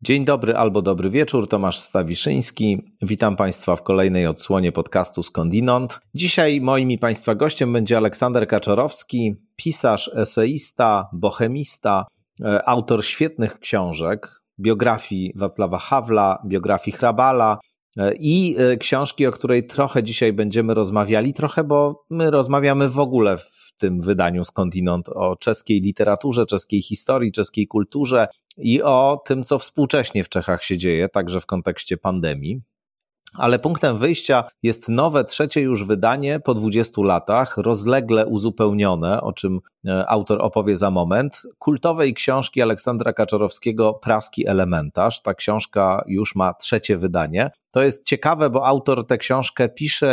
Dzień dobry albo dobry wieczór, Tomasz Stawiszyński. Witam Państwa w kolejnej odsłonie podcastu Skądinąd. Dzisiaj moim i Państwa gościem będzie Aleksander Kaczorowski, pisarz, eseista, bohemista, autor świetnych książek, biografii Wacława Hawla, biografii Hrabala i książki, o której trochę dzisiaj będziemy rozmawiali, bo my rozmawiamy w ogóle w tym wydaniu Skądinąd o czeskiej literaturze, czeskiej historii, czeskiej kulturze i o tym, co współcześnie w Czechach się dzieje, także w kontekście pandemii. Ale punktem wyjścia jest nowe, trzecie już wydanie po 20 latach, rozlegle uzupełnione, o czym autor opowie za moment, kultowej książki Aleksandra Kaczorowskiego Praski Elementarz. Ta książka już ma trzecie wydanie. To jest ciekawe, bo autor tę książkę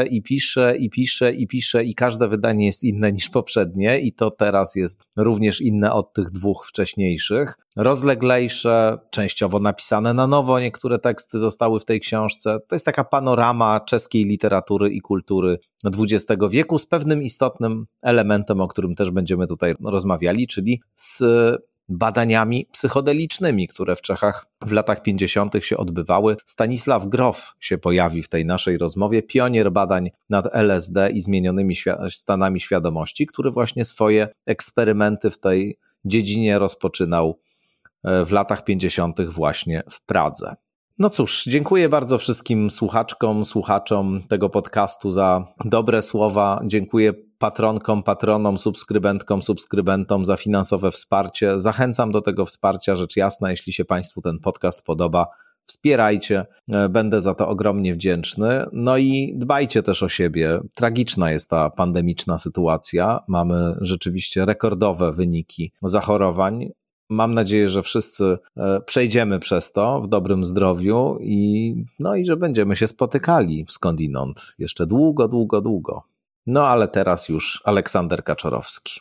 pisze i każde wydanie jest inne niż poprzednie i to teraz jest również inne od tych dwóch wcześniejszych. Rozleglejsze, częściowo napisane na nowo, niektóre teksty zostały w tej książce. To jest taka panorama czeskiej literatury i kultury XX wieku z pewnym istotnym elementem, o którym też będziemy tutaj rozmawiali, czyli z badaniami psychodelicznymi, które w Czechach w latach 50. się odbywały. Stanisław Grof się pojawi w tej naszej rozmowie, pionier badań nad LSD i zmienionymi stanami świadomości, który właśnie swoje eksperymenty w tej dziedzinie rozpoczynał w latach 50. właśnie w Pradze. No cóż, dziękuję bardzo wszystkim słuchaczom tego podcastu za dobre słowa. Dziękuję patronkom, patronom, subskrybentom za finansowe wsparcie. Zachęcam do tego wsparcia, rzecz jasna, jeśli się Państwu ten podcast podoba, wspierajcie, będę za to ogromnie wdzięczny. No i dbajcie też o siebie. Tragiczna jest ta pandemiczna sytuacja. Mamy rzeczywiście rekordowe wyniki zachorowań. Mam nadzieję, że wszyscy przejdziemy przez to w dobrym zdrowiu i że będziemy się spotykali w Skądinąd jeszcze długo. No ale teraz już Aleksander Kaczorowski.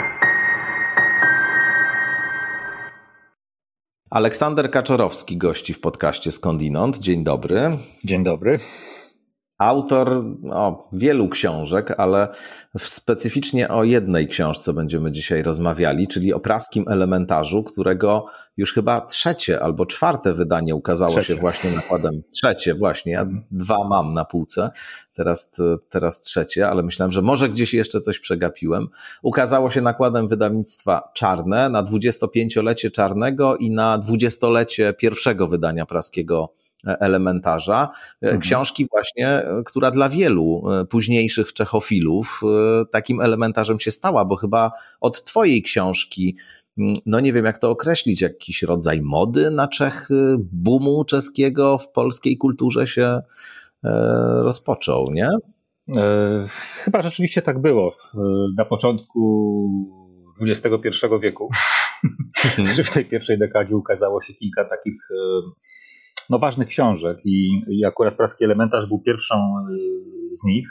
Aleksander Kaczorowski gości w podcaście Skądinąd. Dzień dobry. Dzień dobry. Autor wielu książek, ale specyficznie o jednej książce będziemy dzisiaj rozmawiali, czyli o Praskim Elementarzu, którego już chyba trzecie albo czwarte wydanie ukazało się właśnie nakładem. Trzecie właśnie, ja dwa mam na półce, teraz trzecie, ale myślałem, że może gdzieś jeszcze coś przegapiłem. Ukazało się nakładem wydawnictwa Czarne na 25-lecie Czarnego i na 20-lecie pierwszego wydania Praskiego Elementarza. Książki właśnie, która dla wielu późniejszych czechofilów takim elementarzem się stała, bo chyba od twojej książki, nie wiem jak to określić, jakiś rodzaj mody na Czechy, boomu czeskiego w polskiej kulturze się rozpoczął, nie? Chyba rzeczywiście tak było. Na początku XXI wieku, w tej pierwszej dekadzie ukazało się kilka takich ważnych książek i akurat Praski Elementarz był pierwszą z nich.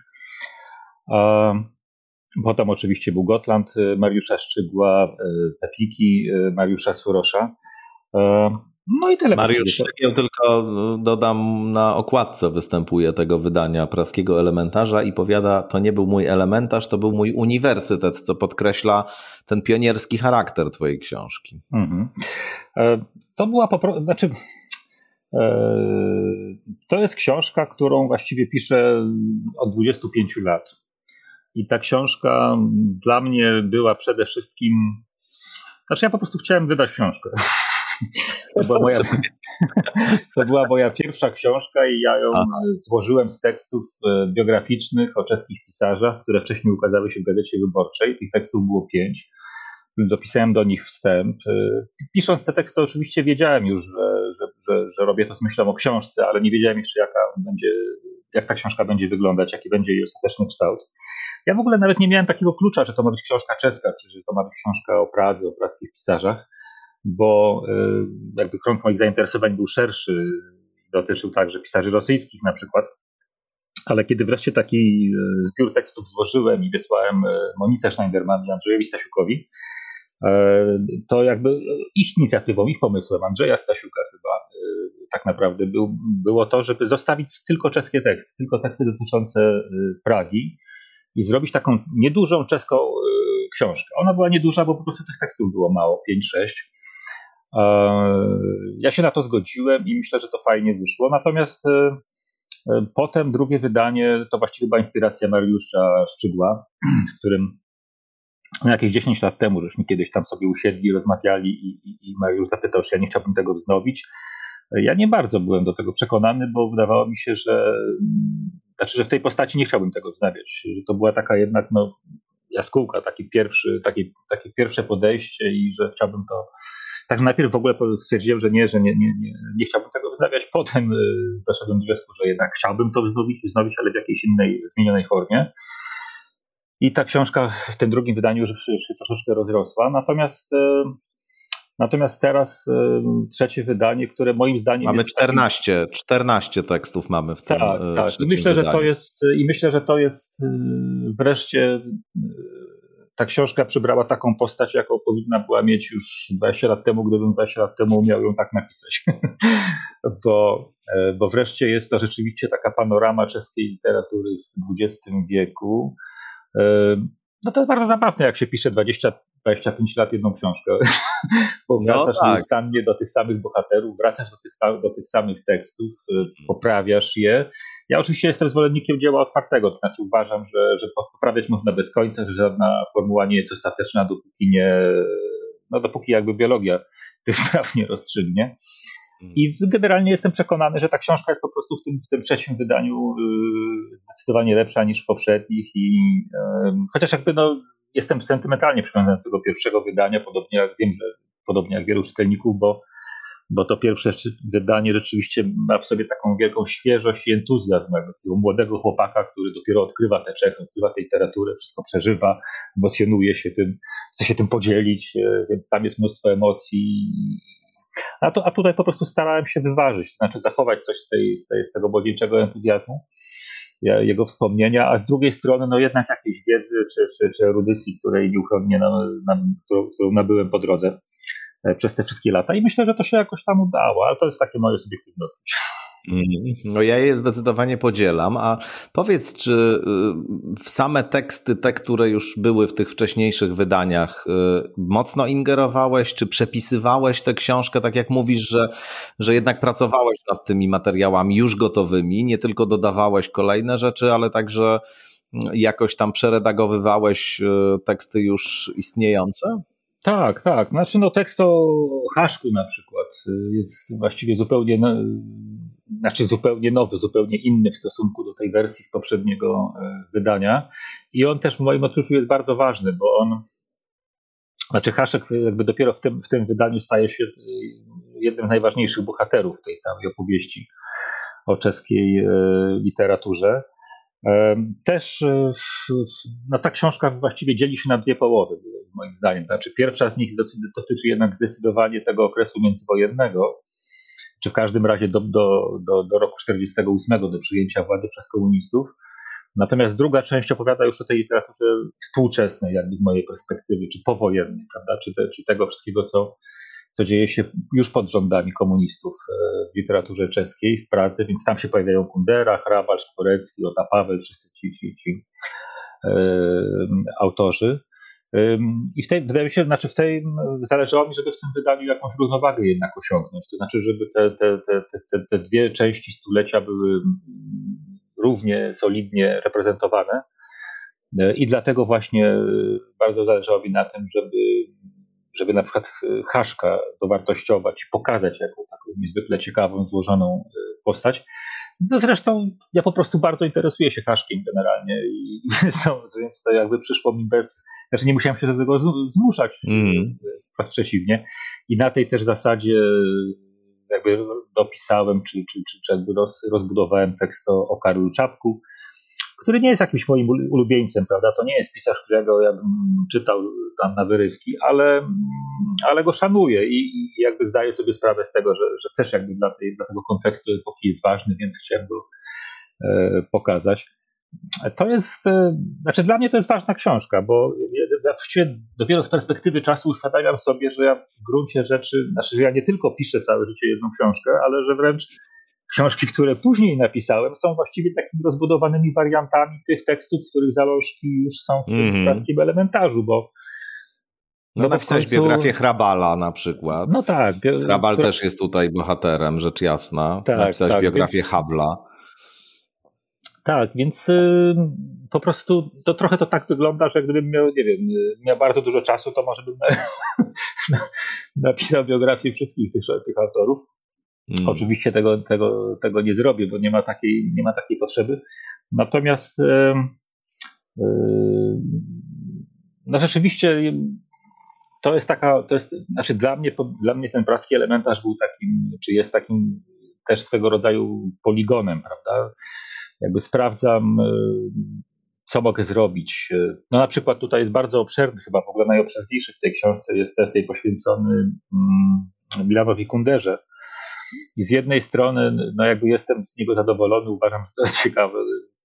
Potem oczywiście był Gotland Mariusza Szczygła, Pepliki Mariusza Surosza. No i tyle. Mariusz Szczygieł, tylko dodam, na okładce występuje tego wydania Praskiego Elementarza i powiada, to nie był mój elementarz, to był mój uniwersytet, co podkreśla ten pionierski charakter twojej książki. To była to jest książka, którą właściwie piszę od 25 lat. I ta książka dla mnie była przede wszystkim... ja po prostu chciałem wydać książkę. To była moja pierwsza książka i ja ją złożyłem z tekstów biograficznych o czeskich pisarzach, które wcześniej ukazały się w Gazecie Wyborczej. Tych tekstów było 5. Dopisałem do nich wstęp. Pisząc te teksty oczywiście wiedziałem już, że robię to z myślą o książce, ale nie wiedziałem jeszcze jak ta książka będzie wyglądać, jaki będzie jej ostateczny kształt. Ja w ogóle nawet nie miałem takiego klucza, że to ma być książka czeska, czy że to ma być książka o Pradze, o praskich pisarzach, bo jakby krąg moich zainteresowań był szerszy, dotyczył także pisarzy rosyjskich na przykład. Ale kiedy wreszcie taki zbiór tekstów złożyłem i wysłałem Monice Schneiderman i Andrzejowi Stasiukowi, to jakby ich inicjatywą, ich pomysłem, Andrzeja Stasiuka chyba tak naprawdę było to, żeby zostawić tylko czeskie teksty, tylko teksty dotyczące Pragi i zrobić taką niedużą czeską książkę. Ona była nieduża, bo po prostu tych tekstów było mało, 5-6. Ja się na to zgodziłem i myślę, że to fajnie wyszło. Natomiast potem drugie wydanie to właściwie była inspiracja Mariusza Szczygła, z którym jakieś 10 lat temu żeśmy kiedyś tam sobie usiedli, rozmawiali i Mariusz zapytał, czy ja nie chciałbym tego wznowić. Ja nie bardzo byłem do tego przekonany, bo wydawało mi się, że że w tej postaci nie chciałbym tego wznawiać. Że to była taka jednak jaskółka, takie pierwsze podejście i że chciałbym to. Także najpierw w ogóle stwierdziłem, że nie chciałbym tego wznawiać. Potem doszedłem do wniosku, że jednak chciałbym to wznowić, ale w jakiejś innej, zmienionej formie. I ta książka w tym drugim wydaniu już się troszeczkę rozrosła. Natomiast teraz trzecie wydanie, które moim zdaniem mamy jest 14 tekstów mamy w tym tak. trzecim Myślę, wydaniu. że to jest wreszcie ta książka przybrała taką postać, jaką powinna była mieć już 20 lat temu, gdybym 20 lat temu umiał ją tak napisać. Bo wreszcie jest to rzeczywiście taka panorama czeskiej literatury w XX wieku. No to jest bardzo zabawne, jak się pisze 20-25 lat jedną książkę, bo wracasz nieustannie do tych samych bohaterów, wracasz do tych samych tekstów, poprawiasz je. Ja oczywiście jestem zwolennikiem dzieła otwartego, to znaczy uważam, że poprawiać można bez końca, że żadna formuła nie jest ostateczna, dopóki jakby biologia tych spraw nie rozstrzygnie. I generalnie jestem przekonany, że ta książka jest po prostu w tym trzecim wydaniu zdecydowanie lepsza niż w poprzednich. Chociaż jestem sentymentalnie przywiązany do tego pierwszego wydania, podobnie jak wielu czytelników, bo to pierwsze wydanie rzeczywiście ma w sobie taką wielką świeżość i entuzjazm takiego młodego chłopaka, który dopiero odkrywa tę Czechę, odkrywa tę literaturę, wszystko przeżywa, emocjonuje się tym, chce się tym podzielić, więc tam jest mnóstwo emocji. A tutaj po prostu starałem się wyważyć, to znaczy zachować coś z tego młodzieńczego entuzjazmu, jego wspomnienia, a z drugiej strony jednak jakiejś wiedzy czy erudycji, której nieuchronnie którą nabyłem po drodze przez te wszystkie lata i myślę, że to się jakoś tam udało, ale to jest takie moje subiektywne odczucie. No ja je zdecydowanie podzielam, a powiedz, czy same teksty, te, które już były w tych wcześniejszych wydaniach, mocno ingerowałeś, czy przepisywałeś tę książkę, tak jak mówisz, że jednak pracowałeś nad tymi materiałami już gotowymi, nie tylko dodawałeś kolejne rzeczy, ale także jakoś tam przeredagowywałeś teksty już istniejące? Tak. Znaczy tekst o Haszku na przykład jest właściwie zupełnie nowy, zupełnie inny w stosunku do tej wersji z poprzedniego wydania. I on też w moim odczuciu jest bardzo ważny, bo Haszek jakby dopiero w tym wydaniu staje się jednym z najważniejszych bohaterów tej całej opowieści o czeskiej literaturze. Też ta książka właściwie dzieli się na dwie połowy, moim zdaniem. Znaczy, pierwsza z nich dotyczy jednak zdecydowanie tego okresu międzywojennego, czy w każdym razie do roku 1948, do przyjęcia władzy przez komunistów. Natomiast druga część opowiada już o tej literaturze współczesnej, jakby z mojej perspektywy, czy powojennej, prawda? Czy tego wszystkiego, co dzieje się już pod rządami komunistów w literaturze czeskiej, w Pradze, więc tam się pojawiają Kundera, Hrabal, Szkworecki, Ota Paweł, wszyscy ci autorzy. I wydaje mi się, zależało mi, żeby w tym wydaniu jakąś równowagę jednak osiągnąć. To znaczy, żeby te dwie części stulecia były równie solidnie reprezentowane. I dlatego właśnie bardzo zależało mi na tym, żeby na przykład Haszka dowartościować i pokazać jako taką niezwykle ciekawą, złożoną postać. No zresztą ja po prostu bardzo interesuję się Haszkiem generalnie więc to jakby przyszło mi nie musiałem się do tego zmuszać, wprost przeciwnie. I na tej też zasadzie jakby dopisałem, czy jakby rozbudowałem tekst o Karolu Czapku, który nie jest jakimś moim ulubieńcem, prawda? To nie jest pisarz, którego ja bym czytał tam na wyrywki, ale go szanuję i jakby zdaję sobie sprawę z tego, że też jakby dla tego kontekstu epoki jest ważny, więc chciałem go pokazać. To jest, dla mnie to jest ważna książka, bo ja właściwie dopiero z perspektywy czasu uświadamiam sobie, że ja w gruncie rzeczy, że ja nie tylko piszę całe życie jedną książkę, ale że wręcz książki, które później napisałem, są właściwie takimi rozbudowanymi wariantami tych tekstów, których zalążki już są w tym praskim elementarzu, No napisałeś biografię Hrabala na przykład. No tak. Hrabal też jest tutaj bohaterem, rzecz jasna. Tak, napisałeś tak, biografię Havla. Tak, więc po prostu to trochę to tak wygląda, że gdybym miał, nie wiem, miał bardzo dużo czasu, to może bym napisał biografię wszystkich tych autorów. Oczywiście tego nie zrobię, bo nie ma takiej potrzeby. Natomiast no rzeczywiście znaczy dla mnie ten praski elementarz był takim, czy jest takim też swego rodzaju poligonem, prawda? Jakby sprawdzam, co mogę zrobić. No na przykład tutaj jest bardzo obszerny, chyba w ogóle najobszerniejszy w tej książce jest esej poświęcony Milanowi Kunderze. I z jednej strony, no jakby jestem z niego zadowolony, uważam, że to jest ciekawe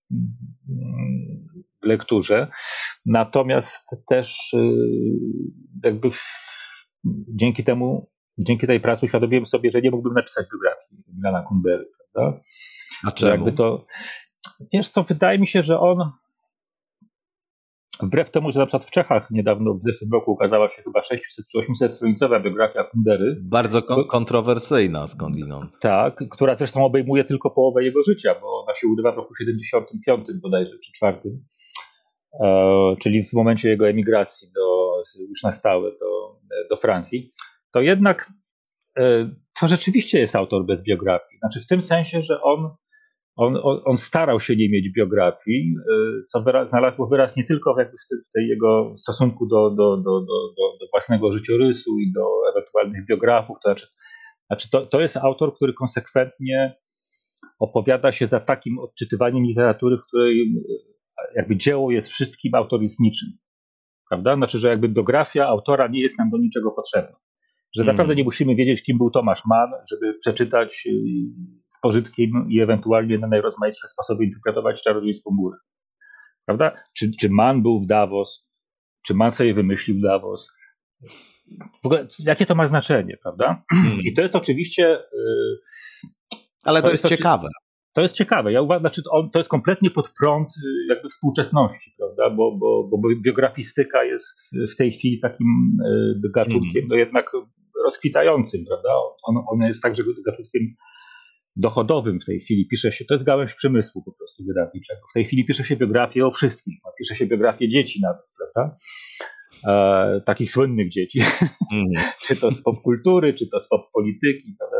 w lekturze. Natomiast też jakby dzięki tej pracy uświadomiłem sobie, że nie mógłbym napisać biografii Milana Kundery, prawda? A czemu? Jakby to, wiesz co, wydaje mi się, że on wbrew temu, że na przykład w Czechach niedawno, w zeszłym roku ukazała się chyba 600 czy 800 stronicowa biografia Kundery. Bardzo kontrowersyjna skądinąd. Tak, która zresztą obejmuje tylko połowę jego życia, bo ona się urywa w roku 75 bodajże, czy 4, czyli w momencie jego emigracji już na stałe do Francji. To jednak to rzeczywiście jest autor bez biografii. Znaczy w tym sensie, że on starał się nie mieć biografii, co znalazło wyraz nie tylko w tej jego stosunku do własnego życiorysu i do ewentualnych biografów. To jest autor, który konsekwentnie opowiada się za takim odczytywaniem literatury, w której jakby dzieło jest wszystkim, autor jest niczym. Prawda? Znaczy, że jakby biografia autora nie jest nam do niczego potrzebna. Że naprawdę nie musimy wiedzieć, kim był Tomasz Mann, żeby przeczytać z pożytkiem i ewentualnie na najrozmaitsze sposoby interpretować Czarodziejstwo Góry. Prawda? Czy Mann był w Davos? Czy Mann sobie wymyślił Davos? W ogóle, jakie to ma znaczenie, prawda? I to jest oczywiście... Ale to jest ciekawe. To jest ciekawe. Ja uważam, to jest kompletnie pod prąd jakby współczesności, prawda? Bo biografistyka jest w tej chwili takim gatunkiem, no jednak rozkwitającym, prawda? Ona jest także gatunkiem dochodowym w tej chwili. Pisze się, to jest gałęź przemysłu po prostu wydawniczego. W tej chwili pisze się biografię o wszystkich. No, pisze się biografię dzieci nawet, prawda? Takich słynnych dzieci. Czy to z popkultury, czy to z poppolityki, prawda?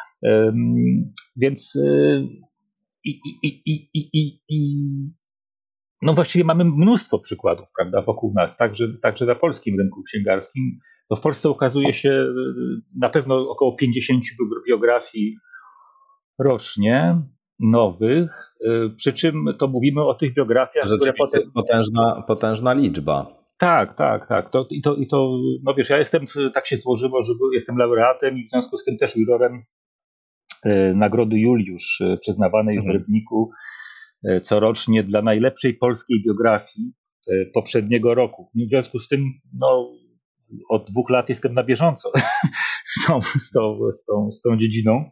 Więc no właściwie mamy mnóstwo przykładów, prawda, wokół nas, także na polskim rynku księgarskim. No w Polsce ukazuje się na pewno około 50 biografii rocznie, nowych, przy czym to mówimy o tych biografiach, które potem... jest potężna liczba. Tak. No wiesz, tak się złożyło, że jestem laureatem i w związku z tym też jurorem Nagrody Juliusz przyznawanej w Rybniku corocznie dla najlepszej polskiej biografii poprzedniego roku. W związku z tym od 2 lat jestem na bieżąco z tą dziedziną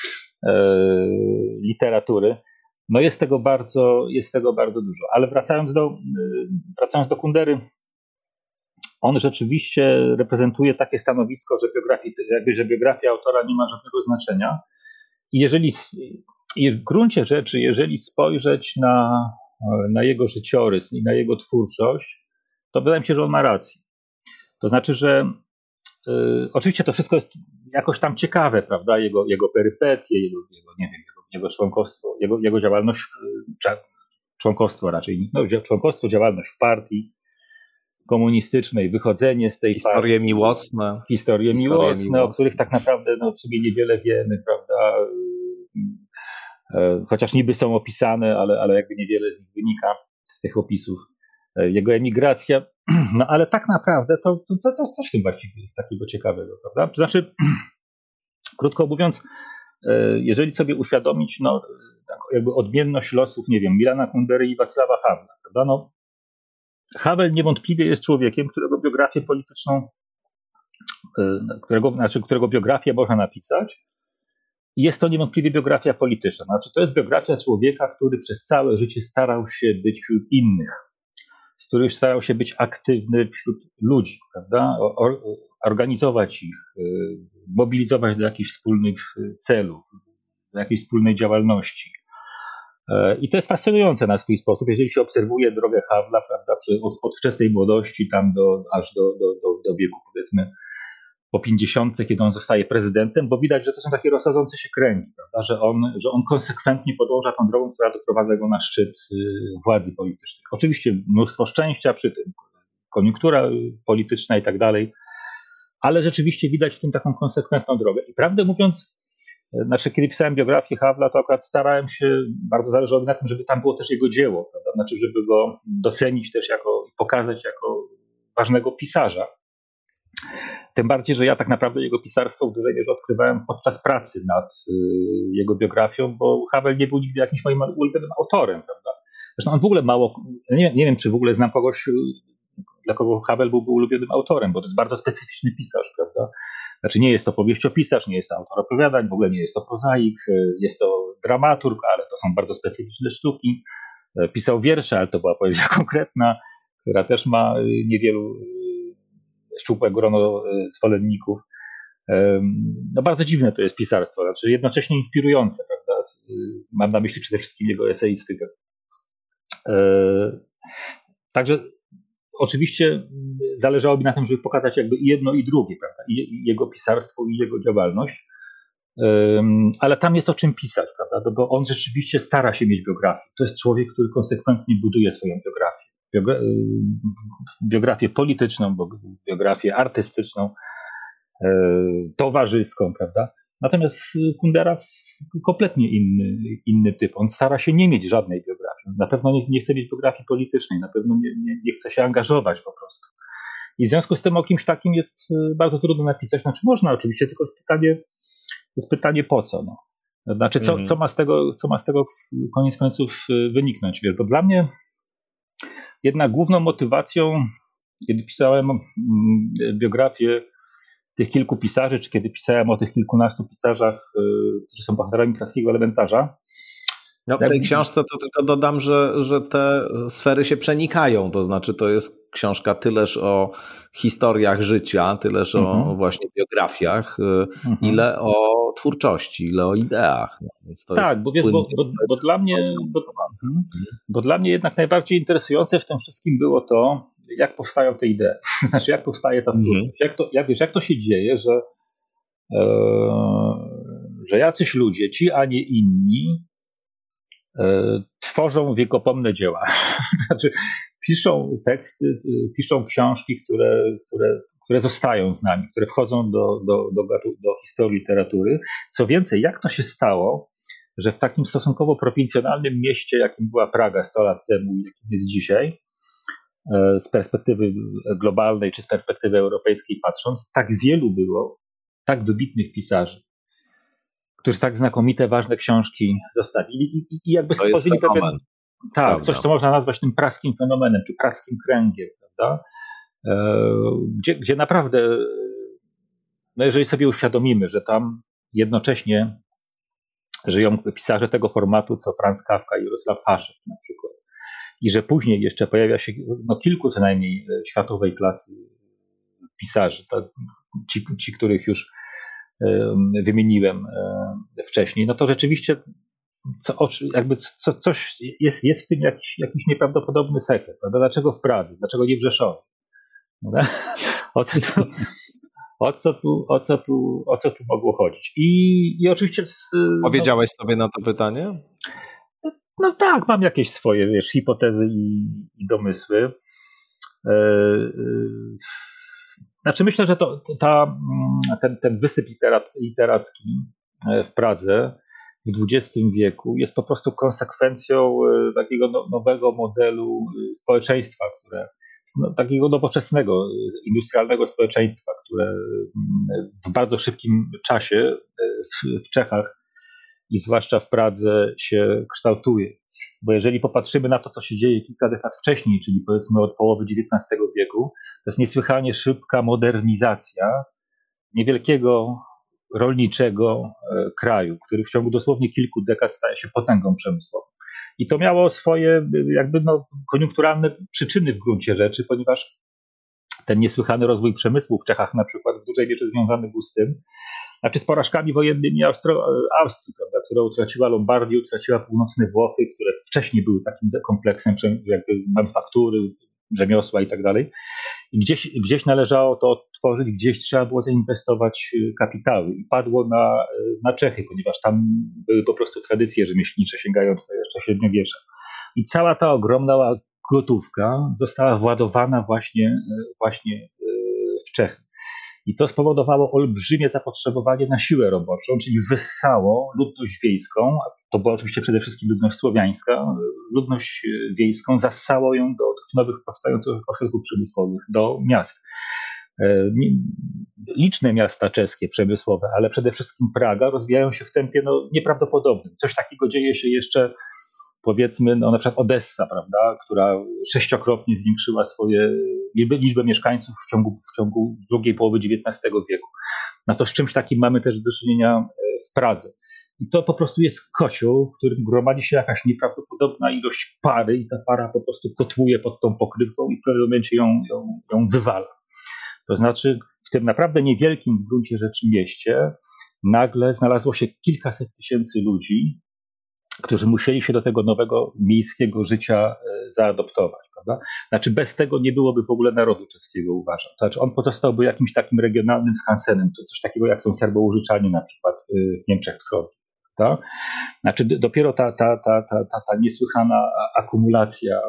literatury. No jest tego bardzo dużo. Ale wracając do Kundery, on rzeczywiście reprezentuje takie stanowisko, że biografia autora nie ma żadnego znaczenia. I w gruncie rzeczy, jeżeli spojrzeć na jego życiorys i na jego twórczość, to wydaje mi się, że on ma rację. To znaczy, że oczywiście to wszystko jest jakoś tam ciekawe, prawda? Jego perypetie, jego członkostwo, jego działalność, członkostwo raczej, członkostwo, działalność w partii komunistycznej, wychodzenie z tej Historie partii. Historie miłosne, o których tak naprawdę w sumie niewiele wiemy, prawda? Chociaż niby są opisane, ale jakby niewiele z nich wynika z tych opisów. Jego emigracja, no ale tak naprawdę to co w tym właściwie jest takiego ciekawego, prawda? To znaczy, krótko mówiąc, jeżeli sobie uświadomić jakby odmienność losów, nie wiem, Milana Kundery i Wacława Havla, prawda? Havel niewątpliwie jest człowiekiem, którego biografię polityczną, którego biografię można napisać. I jest to niewątpliwie biografia polityczna. Znaczy, to jest biografia człowieka, który przez całe życie starał się być wśród innych. z których starał się być aktywny wśród ludzi, prawda? Organizować ich, mobilizować do jakichś wspólnych celów, do jakiejś wspólnej działalności. I to jest fascynujące na swój sposób, jeżeli się obserwuje drogę Havla, prawda, od wczesnej młodości tam aż do wieku, powiedzmy, po 50, kiedy on zostaje prezydentem, bo widać, że to są takie rozchodzące się kręgi, prawda, że on konsekwentnie podąża tą drogą, która doprowadza go na szczyt władzy politycznej. Oczywiście mnóstwo szczęścia przy tym, koniunktura polityczna i tak dalej, ale rzeczywiście widać w tym taką konsekwentną drogę. I prawdę mówiąc, znaczy, kiedy pisałem biografię Havla, to akurat starałem się, bardzo zależało mi na tym, żeby tam było też jego dzieło, prawda? Znaczy, żeby go docenić też i pokazać jako ważnego pisarza. Tym bardziej, że ja tak naprawdę jego pisarstwo w dużej mierze odkrywałem podczas pracy nad jego biografią, bo Havel nie był nigdy jakimś moim ulubionym autorem, prawda? Zresztą on w ogóle nie wiem, czy w ogóle znam kogoś, dla kogo Havel byłby ulubionym autorem, bo to jest bardzo specyficzny pisarz, prawda? Znaczy nie jest to powieściopisarz, nie jest to autor opowiadań, w ogóle nie jest to prozaik, jest to dramaturg, ale to są bardzo specyficzne sztuki. Pisał wiersze, ale to była poezja konkretna, która też ma niewielu szczupłe grono zwolenników. No bardzo dziwne to jest pisarstwo, znaczy jednocześnie inspirujące, prawda? Mam na myśli przede wszystkim jego eseistykę. Także oczywiście zależało mi na tym, żeby pokazać jakby i jedno i drugie, prawda? I jego pisarstwo, i jego działalność. Ale tam jest o czym pisać, prawda? Bo on rzeczywiście stara się mieć biografię. To jest człowiek, który konsekwentnie buduje swoją biografię. Biografię polityczną, biografię artystyczną, towarzyską, prawda? Natomiast Kundera kompletnie inny typ. On stara się nie mieć żadnej biografii. Na pewno nie chce mieć biografii politycznej, na pewno nie chce się angażować po prostu. I w związku z tym o kimś takim jest bardzo trudno napisać. Znaczy można oczywiście, tylko jest pytanie po co. No. Znaczy co ma z tego koniec końców wyniknąć. Wiesz? Bo dla mnie jednak główną motywacją, kiedy pisałem biografię tych kilku pisarzy, czy kiedy pisałem o tych kilkunastu pisarzach, którzy są bohaterami praskiego elementarza. No w tej książce to tylko dodam, że te sfery się przenikają, to znaczy to jest książka tyleż o historiach życia, tyleż o właśnie biografiach, ile o twórczości, ile o ideach. No, więc to tak, jest bo dla mnie jednak najbardziej interesujące w tym wszystkim było to, jak powstają te idee. Znaczy, jak powstaje ta twórczość. Jak to się dzieje, że jacyś ludzie, ci a nie inni, tworzą wiekopomne dzieła. Znaczy, piszą teksty, piszą książki, które zostają z nami, które wchodzą do historii literatury. Co więcej, jak to się stało, że w takim stosunkowo prowincjonalnym mieście, jakim była Praga 100 lat temu i jakim jest dzisiaj, z perspektywy globalnej czy z perspektywy europejskiej patrząc, tak wielu było tak wybitnych pisarzy, którzy tak znakomite, ważne książki zostawili i jakby stworzyli pewien... Tak, coś, co można nazwać tym praskim fenomenem, czy praskim kręgiem, prawda? Gdzie naprawdę, no jeżeli sobie uświadomimy, że tam jednocześnie żyją pisarze tego formatu, co Franz Kafka i Jarosław Haszek na przykład, i że później jeszcze pojawia się kilku co najmniej światowej klasy pisarzy, ci, których już wymieniłem wcześniej, no to rzeczywiście coś jest w tym jakiś nieprawdopodobny sekret. Prawda? Dlaczego w Pradze? Dlaczego nie w Rzeszowie? O co tu mogło chodzić? I oczywiście... Powiedziałeś sobie na to pytanie? No tak, mam jakieś swoje, hipotezy i domysły. Znaczy myślę, że ten wysyp literacki w Pradze w XX wieku jest po prostu konsekwencją takiego nowego modelu społeczeństwa, takiego nowoczesnego, industrialnego społeczeństwa, które w bardzo szybkim czasie w Czechach i zwłaszcza w Pradze się kształtuje. Bo jeżeli popatrzymy na to, co się dzieje kilka dekad wcześniej, czyli powiedzmy od połowy XIX wieku, to jest niesłychanie szybka modernizacja niewielkiego rolniczego kraju, który w ciągu dosłownie kilku dekad staje się potęgą przemysłową. I to miało swoje jakby koniunkturalne przyczyny w gruncie rzeczy, ponieważ ten niesłychany rozwój przemysłu w Czechach na przykład w dużej mierze związany był z tym, z porażkami wojennymi Austrii, prawda, która utraciła Lombardię, utraciła północne Włochy, które wcześniej były takim kompleksem jakby manufaktury, rzemiosła i tak dalej. I gdzieś należało to odtworzyć, gdzieś trzeba było zainwestować kapitały. I padło na Czechy, ponieważ tam były po prostu tradycje rzemieślnicze sięgające jeszcze średniowiecza. I cała ta ogromna gotówka została władowana właśnie w Czechy. I to spowodowało olbrzymie zapotrzebowanie na siłę roboczą, czyli wyssało ludność wiejską, to była oczywiście przede wszystkim ludność słowiańska, ludność wiejską zassało ją do tych nowych powstających ośrodków przemysłowych, do miast. Liczne miasta czeskie przemysłowe, ale przede wszystkim Praga rozwijają się w tempie nieprawdopodobnym. Coś takiego dzieje się jeszcze, powiedzmy, na przykład Odessa, prawda, która 6-krotnie zwiększyła swoje liczbę mieszkańców w ciągu drugiej połowy XIX wieku. No to z czymś takim mamy też do czynienia w Pradze. I to po prostu jest kocioł, w którym gromadzi się jakaś nieprawdopodobna ilość pary i ta para po prostu kotłuje pod tą pokrywką i w pewnym momencie ją wywala. To znaczy w tym naprawdę niewielkim w gruncie rzeczy mieście nagle znalazło się kilkaset tysięcy ludzi, którzy musieli się do tego nowego miejskiego życia zaadoptować, prawda? Znaczy bez tego nie byłoby w ogóle narodu czeskiego, uważam. To znaczy on pozostałby jakimś takim regionalnym skansenem, to coś takiego jak są Serbo-Użyczanie na przykład w Niemczech Wschodnich. Tak? Znaczy dopiero ta niesłychana akumulacja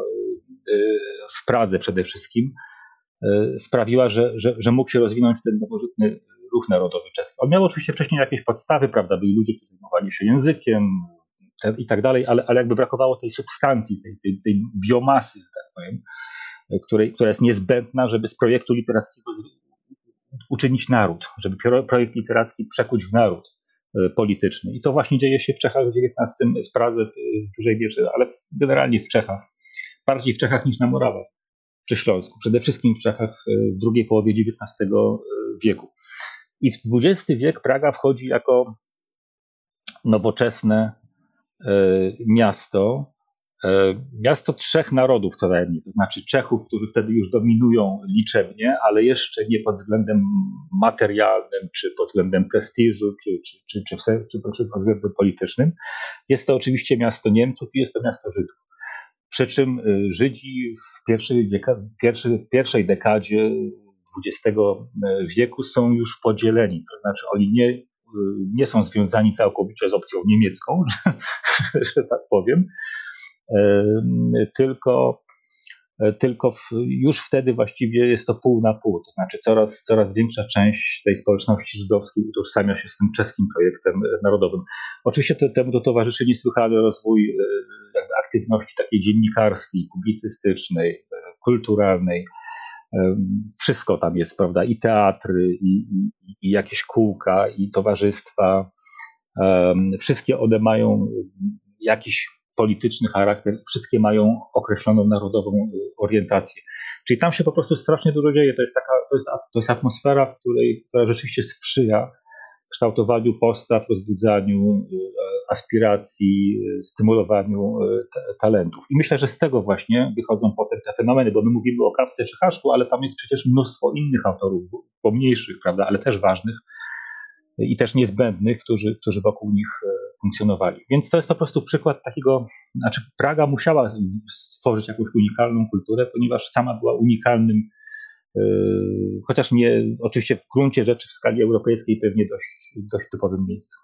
w Pradze przede wszystkim sprawiła, że mógł się rozwinąć ten nowożytny ruch narodowy czeski. On miał oczywiście wcześniej jakieś podstawy, prawda? Byli ludzie, którzy zajmowali się językiem i tak dalej, ale jakby brakowało tej substancji, tej biomasy, tak powiem, która jest niezbędna, żeby z projektu literackiego uczynić naród, żeby projekt literacki przekuć w naród polityczny. I to właśnie dzieje się w Czechach w XIX, w Pradze w dużej mierze, ale generalnie w Czechach. Bardziej w Czechach niż na Morawach czy Śląsku. Przede wszystkim w Czechach w drugiej połowie XIX wieku. I w XX wiek Praga wchodzi jako nowoczesne miasto trzech narodów co najmniej, to znaczy Czechów, którzy wtedy już dominują liczebnie, ale jeszcze nie pod względem materialnym, czy pod względem prestiżu, czy pod względem politycznym. Jest to oczywiście miasto Niemców i jest to miasto Żydów. Przy czym Żydzi w pierwszej dekadzie XX wieku są już podzieleni, to znaczy oni nie są związani całkowicie z opcją niemiecką, że tak powiem, tylko już wtedy właściwie jest to pół na pół, to znaczy coraz większa część tej społeczności żydowskiej utożsamia się z tym czeskim projektem narodowym. Oczywiście temu towarzyszy niesłychany rozwój jakby aktywności takiej dziennikarskiej, publicystycznej, kulturalnej. Wszystko tam jest, prawda, i teatry, i jakieś kółka, i towarzystwa. Wszystkie one mają jakiś polityczny charakter, wszystkie mają określoną narodową orientację. Czyli tam się po prostu strasznie dużo dzieje. To jest atmosfera, która rzeczywiście sprzyja kształtowaniu postaw, rozbudzaniu aspiracji, stymulowaniu talentów. I myślę, że z tego właśnie wychodzą potem te fenomeny, bo my mówimy o Kawce czy Haszku, ale tam jest przecież mnóstwo innych autorów, pomniejszych, prawda, ale też ważnych i też niezbędnych, którzy wokół nich funkcjonowali. Więc to jest po prostu przykład takiego, znaczy Praga musiała stworzyć jakąś unikalną kulturę, ponieważ sama była unikalnym, chociaż nie, oczywiście w gruncie rzeczy w skali europejskiej pewnie dość typowym miejscem.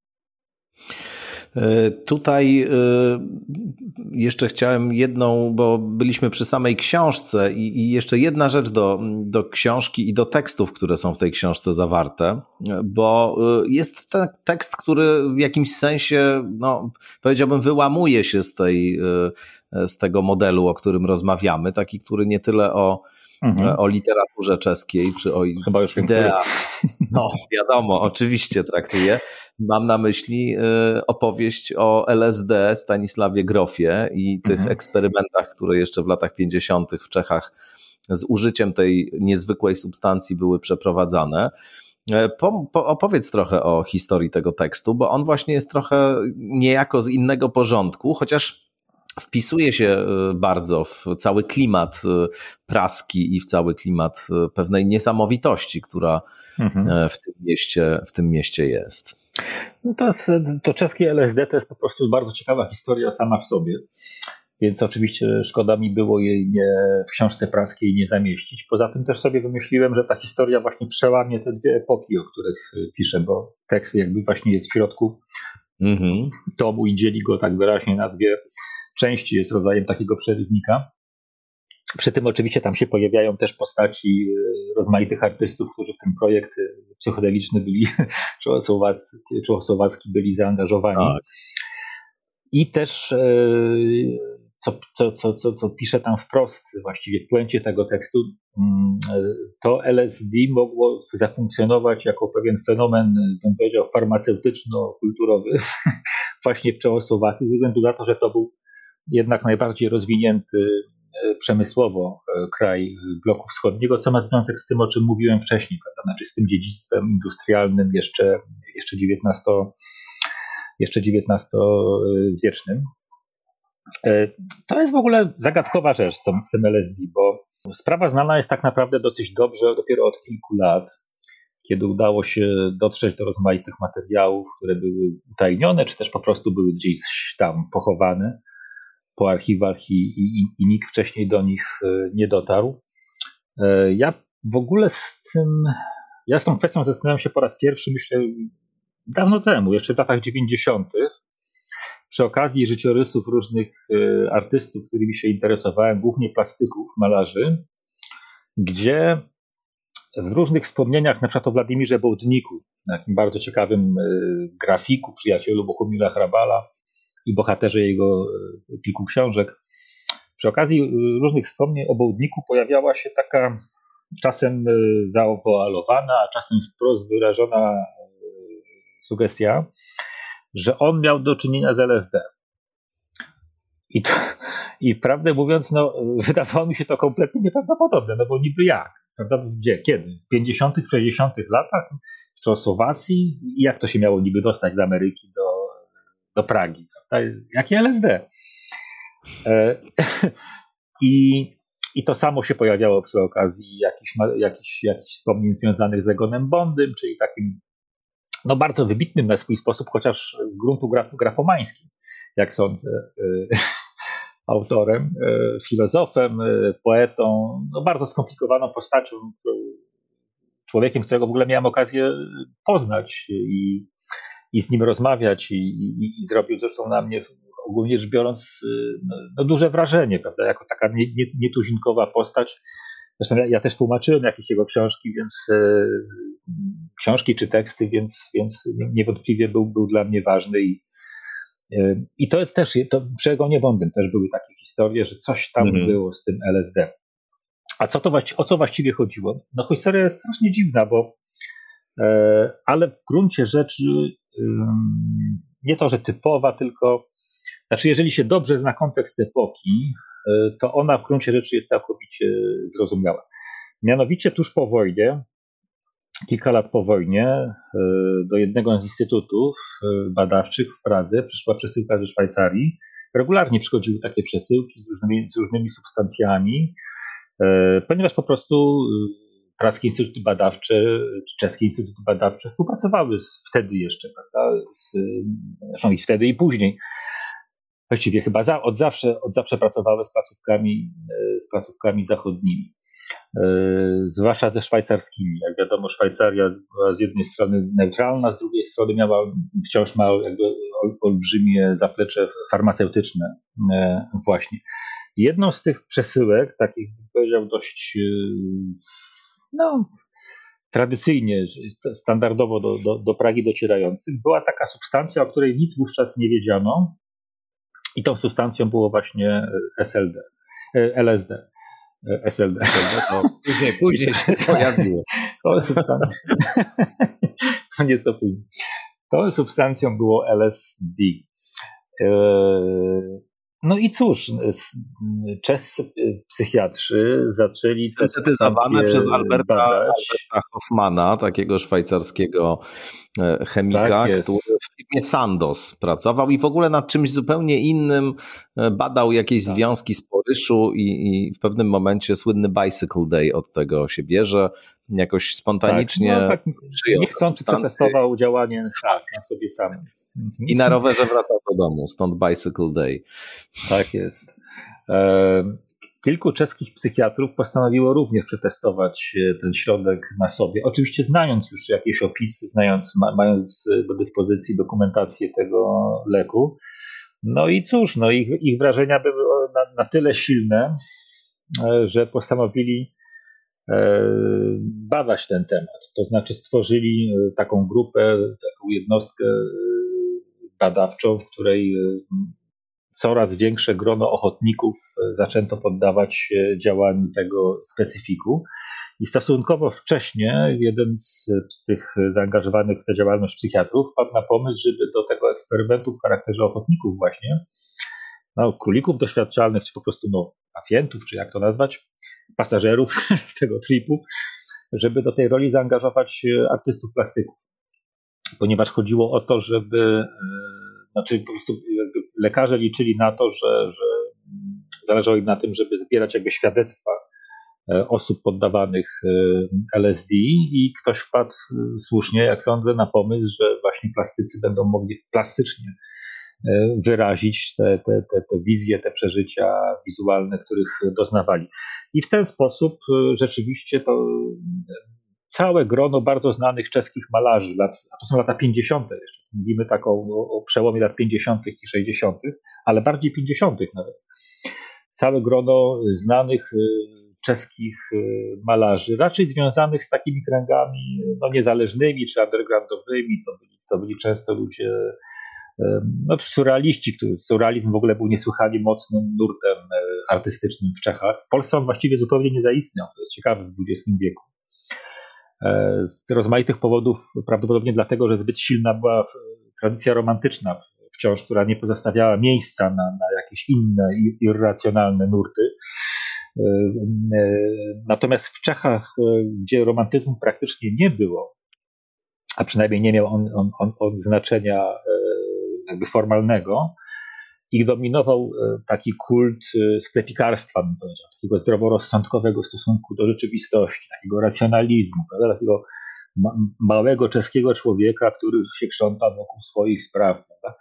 Tutaj jeszcze chciałem bo byliśmy przy samej książce i jeszcze jedna rzecz do książki i do tekstów, które są w tej książce zawarte, bo jest ten tekst, który w jakimś sensie, powiedziałbym, wyłamuje się z tego modelu, o którym rozmawiamy, taki, który nie tyle o literaturze czeskiej, czy o ideach. No, wiadomo, oczywiście traktuję. Mam na myśli opowieść o LSD Stanisławie Grofie i tych eksperymentach, które jeszcze w latach 50. w Czechach z użyciem tej niezwykłej substancji były przeprowadzane. Opowiedz trochę o historii tego tekstu, bo on właśnie jest trochę niejako z innego porządku, chociaż wpisuje się bardzo w cały klimat praski i w cały klimat pewnej niesamowitości, która w tym mieście jest. No to czeskie LSD to jest po prostu bardzo ciekawa historia sama w sobie, więc oczywiście szkoda mi było jej w książce praskiej nie zamieścić. Poza tym też sobie wymyśliłem, że ta historia właśnie przełamie te dwie epoki, o których piszę, bo tekst jakby właśnie jest w środku tomu i dzieli go tak wyraźnie na dwie części, jest rodzajem takiego przerywnika. Przy tym oczywiście tam się pojawiają też postaci rozmaitych artystów, którzy w ten projekt psychodeliczny byli, czechosłowacki byli zaangażowani. Tak. I też co piszę tam wprost, właściwie w puencie tego tekstu, to LSD mogło zafunkcjonować jako pewien fenomen, bym powiedział, farmaceutyczno-kulturowy właśnie w Czechosłowacji, ze względu na to, że to był jednak najbardziej rozwinięty przemysłowo kraj bloku wschodniego, co ma związek z tym, o czym mówiłem wcześniej, prawda? Znaczy z tym dziedzictwem industrialnym jeszcze XIX-wiecznym. To jest w ogóle zagadkowa rzecz z tym LSD, bo sprawa znana jest tak naprawdę dosyć dobrze dopiero od kilku lat, kiedy udało się dotrzeć do rozmaitych materiałów, które były utajnione, czy też po prostu były gdzieś tam pochowane po archiwach i nikt wcześniej do nich nie dotarł. Ja w ogóle z tą kwestią zetknąłem się po raz pierwszy, myślę, dawno temu, jeszcze w latach 90. przy okazji życiorysów różnych artystów, którymi się interesowałem, głównie plastyków, malarzy, gdzie w różnych wspomnieniach, na przykład o Władimirze Bołdniku, takim bardzo ciekawym grafiku, przyjacielu Bohumila Hrabala i bohaterze jego kilku książek, przy okazji różnych wspomnień o Bołdniku pojawiała się taka czasem zaowoalowana, a czasem wprost wyrażona sugestia, że on miał do czynienia z LSD. I prawdę mówiąc, wydawało mi się to kompletnie nieprawdopodobne, bo niby jak? Prawda? Gdzie? Kiedy? W 50., 60. latach w Czechosłowacji? I jak to się miało niby dostać z Ameryki do Pragi? Prawda? Jakie LSD? I to samo się pojawiało przy okazji jakichś wspomnień związanych z Egonem Bondym, czyli takim bardzo wybitnym na swój sposób, chociaż z gruntu grafomańskim, jak sądzę, autorem, filozofem, poetą, bardzo skomplikowaną postacią, człowiekiem, którego w ogóle miałem okazję poznać i z nim rozmawiać i zrobił zresztą na mnie, ogólnie rzecz biorąc, duże wrażenie, prawda, jako taka nietuzinkowa postać. Zresztą ja też tłumaczyłem jakieś jego książki czy teksty, więc niewątpliwie był dla mnie ważny i to jest też, przy Egonie Bondym też były takie historie, że coś tam było z tym LSD. A o co właściwie chodziło? Historia jest strasznie dziwna, ale w gruncie rzeczy nie to, że typowa, tylko jeżeli się dobrze zna kontekst epoki, to ona w gruncie rzeczy jest całkowicie zrozumiała. Mianowicie tuż po wojnie, kilka lat po wojnie, do jednego z instytutów badawczych w Pradze przyszła przesyłka ze Szwajcarii. Regularnie przychodziły takie przesyłki z różnymi substancjami, ponieważ po prostu praskie instytuty badawcze czy czeskie instytuty badawcze współpracowały wtedy jeszcze, prawda? Zresztą i wtedy i później. Właściwie chyba od zawsze pracowały z placówkami zachodnimi, zwłaszcza ze szwajcarskimi. Jak wiadomo, Szwajcaria była z jednej strony neutralna, z drugiej strony wciąż ma jakby olbrzymie zaplecze farmaceutyczne właśnie. Jedną z tych przesyłek, takich bym powiedział dość tradycyjnie, standardowo do Pragi docierających, była taka substancja, o której nic wówczas nie wiedziano. I tą substancją było właśnie LSD. To później się pojawiło. To nieco później. Tą substancją było LSD. No i cóż, czescy psychiatrzy zaczęli syntetyzowane przez Alberta Hoffmana, takiego szwajcarskiego chemika, tak który w firmie Sandoz pracował i w ogóle nad czymś zupełnie innym badał jakieś związki z poryszu i w pewnym momencie słynny Bicycle Day od tego się bierze. Jakoś spontanicznie przyjął. Niechcący przetestował działanie na sobie samym. I na rowerze wracał do domu, stąd Bicycle Day. Tak jest. Kilku czeskich psychiatrów postanowiło również przetestować ten środek na sobie. Oczywiście znając już jakieś opisy, mając do dyspozycji dokumentację tego leku. No i cóż, ich wrażenia były na tyle silne, że postanowili badać ten temat. To znaczy stworzyli taką grupę, taką jednostkę badawczą, w której coraz większe grono ochotników zaczęto poddawać się działaniu tego specyfiku. I stosunkowo wcześnie jeden z tych zaangażowanych w tę działalność psychiatrów wpadł na pomysł, żeby do tego eksperymentu w charakterze ochotników właśnie, królików doświadczalnych, czy po prostu pacjentów, czy jak to nazwać, pasażerów tego tripu, żeby do tej roli zaangażować artystów plastyków. Ponieważ chodziło o to, żeby po prostu lekarze liczyli na to, że zależało im na tym, żeby zbierać jakby świadectwa osób poddawanych LSD i ktoś wpadł słusznie, jak sądzę, na pomysł, że właśnie plastycy będą mogli plastycznie wyrazić te wizje, te przeżycia wizualne, których doznawali. I w ten sposób rzeczywiście to całe grono bardzo znanych czeskich malarzy, a to są lata 50. jeszcze, mówimy tak o przełomie lat 50. i 60., ale bardziej 50. nawet. Całe grono znanych czeskich malarzy, raczej związanych z takimi kręgami niezależnymi czy undergroundowymi, to byli często ludzie, surrealiści, surrealizm w ogóle był niesłychanie mocnym nurtem artystycznym w Czechach. W Polsce on właściwie zupełnie nie zaistniał, to jest ciekawe w XX wieku. Z rozmaitych powodów, prawdopodobnie dlatego, że zbyt silna była tradycja romantyczna wciąż, która nie pozostawiała miejsca na jakieś inne irracjonalne nurty. Natomiast w Czechach, gdzie romantyzmu praktycznie nie było, a przynajmniej nie miał on znaczenia jakby formalnego, ich dominował taki kult sklepikarstwa, bym powiedział, takiego zdroworozsądkowego stosunku do rzeczywistości, takiego racjonalizmu, prawda? Takiego małego czeskiego człowieka, który się krząta wokół swoich spraw. Prawda?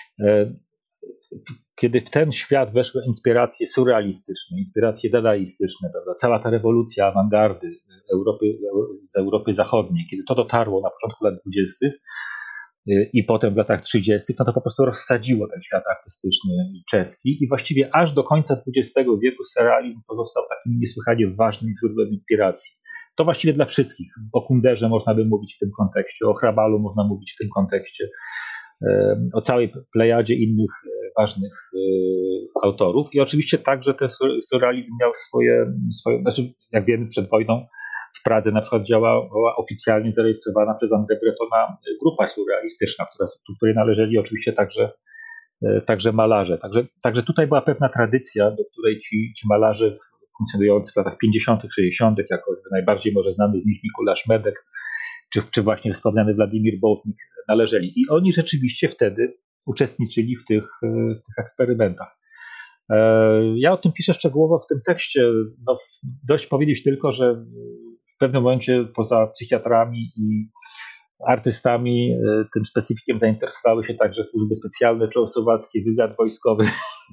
Kiedy w ten świat weszły inspiracje surrealistyczne, inspiracje dadaistyczne, prawda? Cała ta rewolucja awangardy z Europy Zachodniej, kiedy to dotarło na początku lat 20. I potem w latach 30., to po prostu rozsadziło ten świat artystyczny czeski i właściwie aż do końca XX wieku surrealizm pozostał takim niesłychanie ważnym źródłem inspiracji. To właściwie dla wszystkich. O Kunderze można by mówić w tym kontekście, o Hrabalu można mówić w tym kontekście, o całej plejadzie innych ważnych autorów. I oczywiście także ten surrealizm miał swoje znaczy jak wiemy przed wojną w Pradze na przykład działała oficjalnie zarejestrowana przez André Bretona grupa surrealistyczna, do której należeli oczywiście także malarze. Także tutaj była pewna tradycja, do której ci malarze funkcjonujący w latach 50., 60., jako najbardziej może znany z nich Mikuláš Medek, czy właśnie wspomniany Władimir Bołtnik należeli. I oni rzeczywiście wtedy uczestniczyli w tych eksperymentach. Ja o tym piszę szczegółowo w tym tekście. Dość powiedzieć tylko, że w pewnym momencie poza psychiatrami i artystami tym specyfikiem zainteresowały się także służby specjalne czechosłowackie, wywiad wojskowy,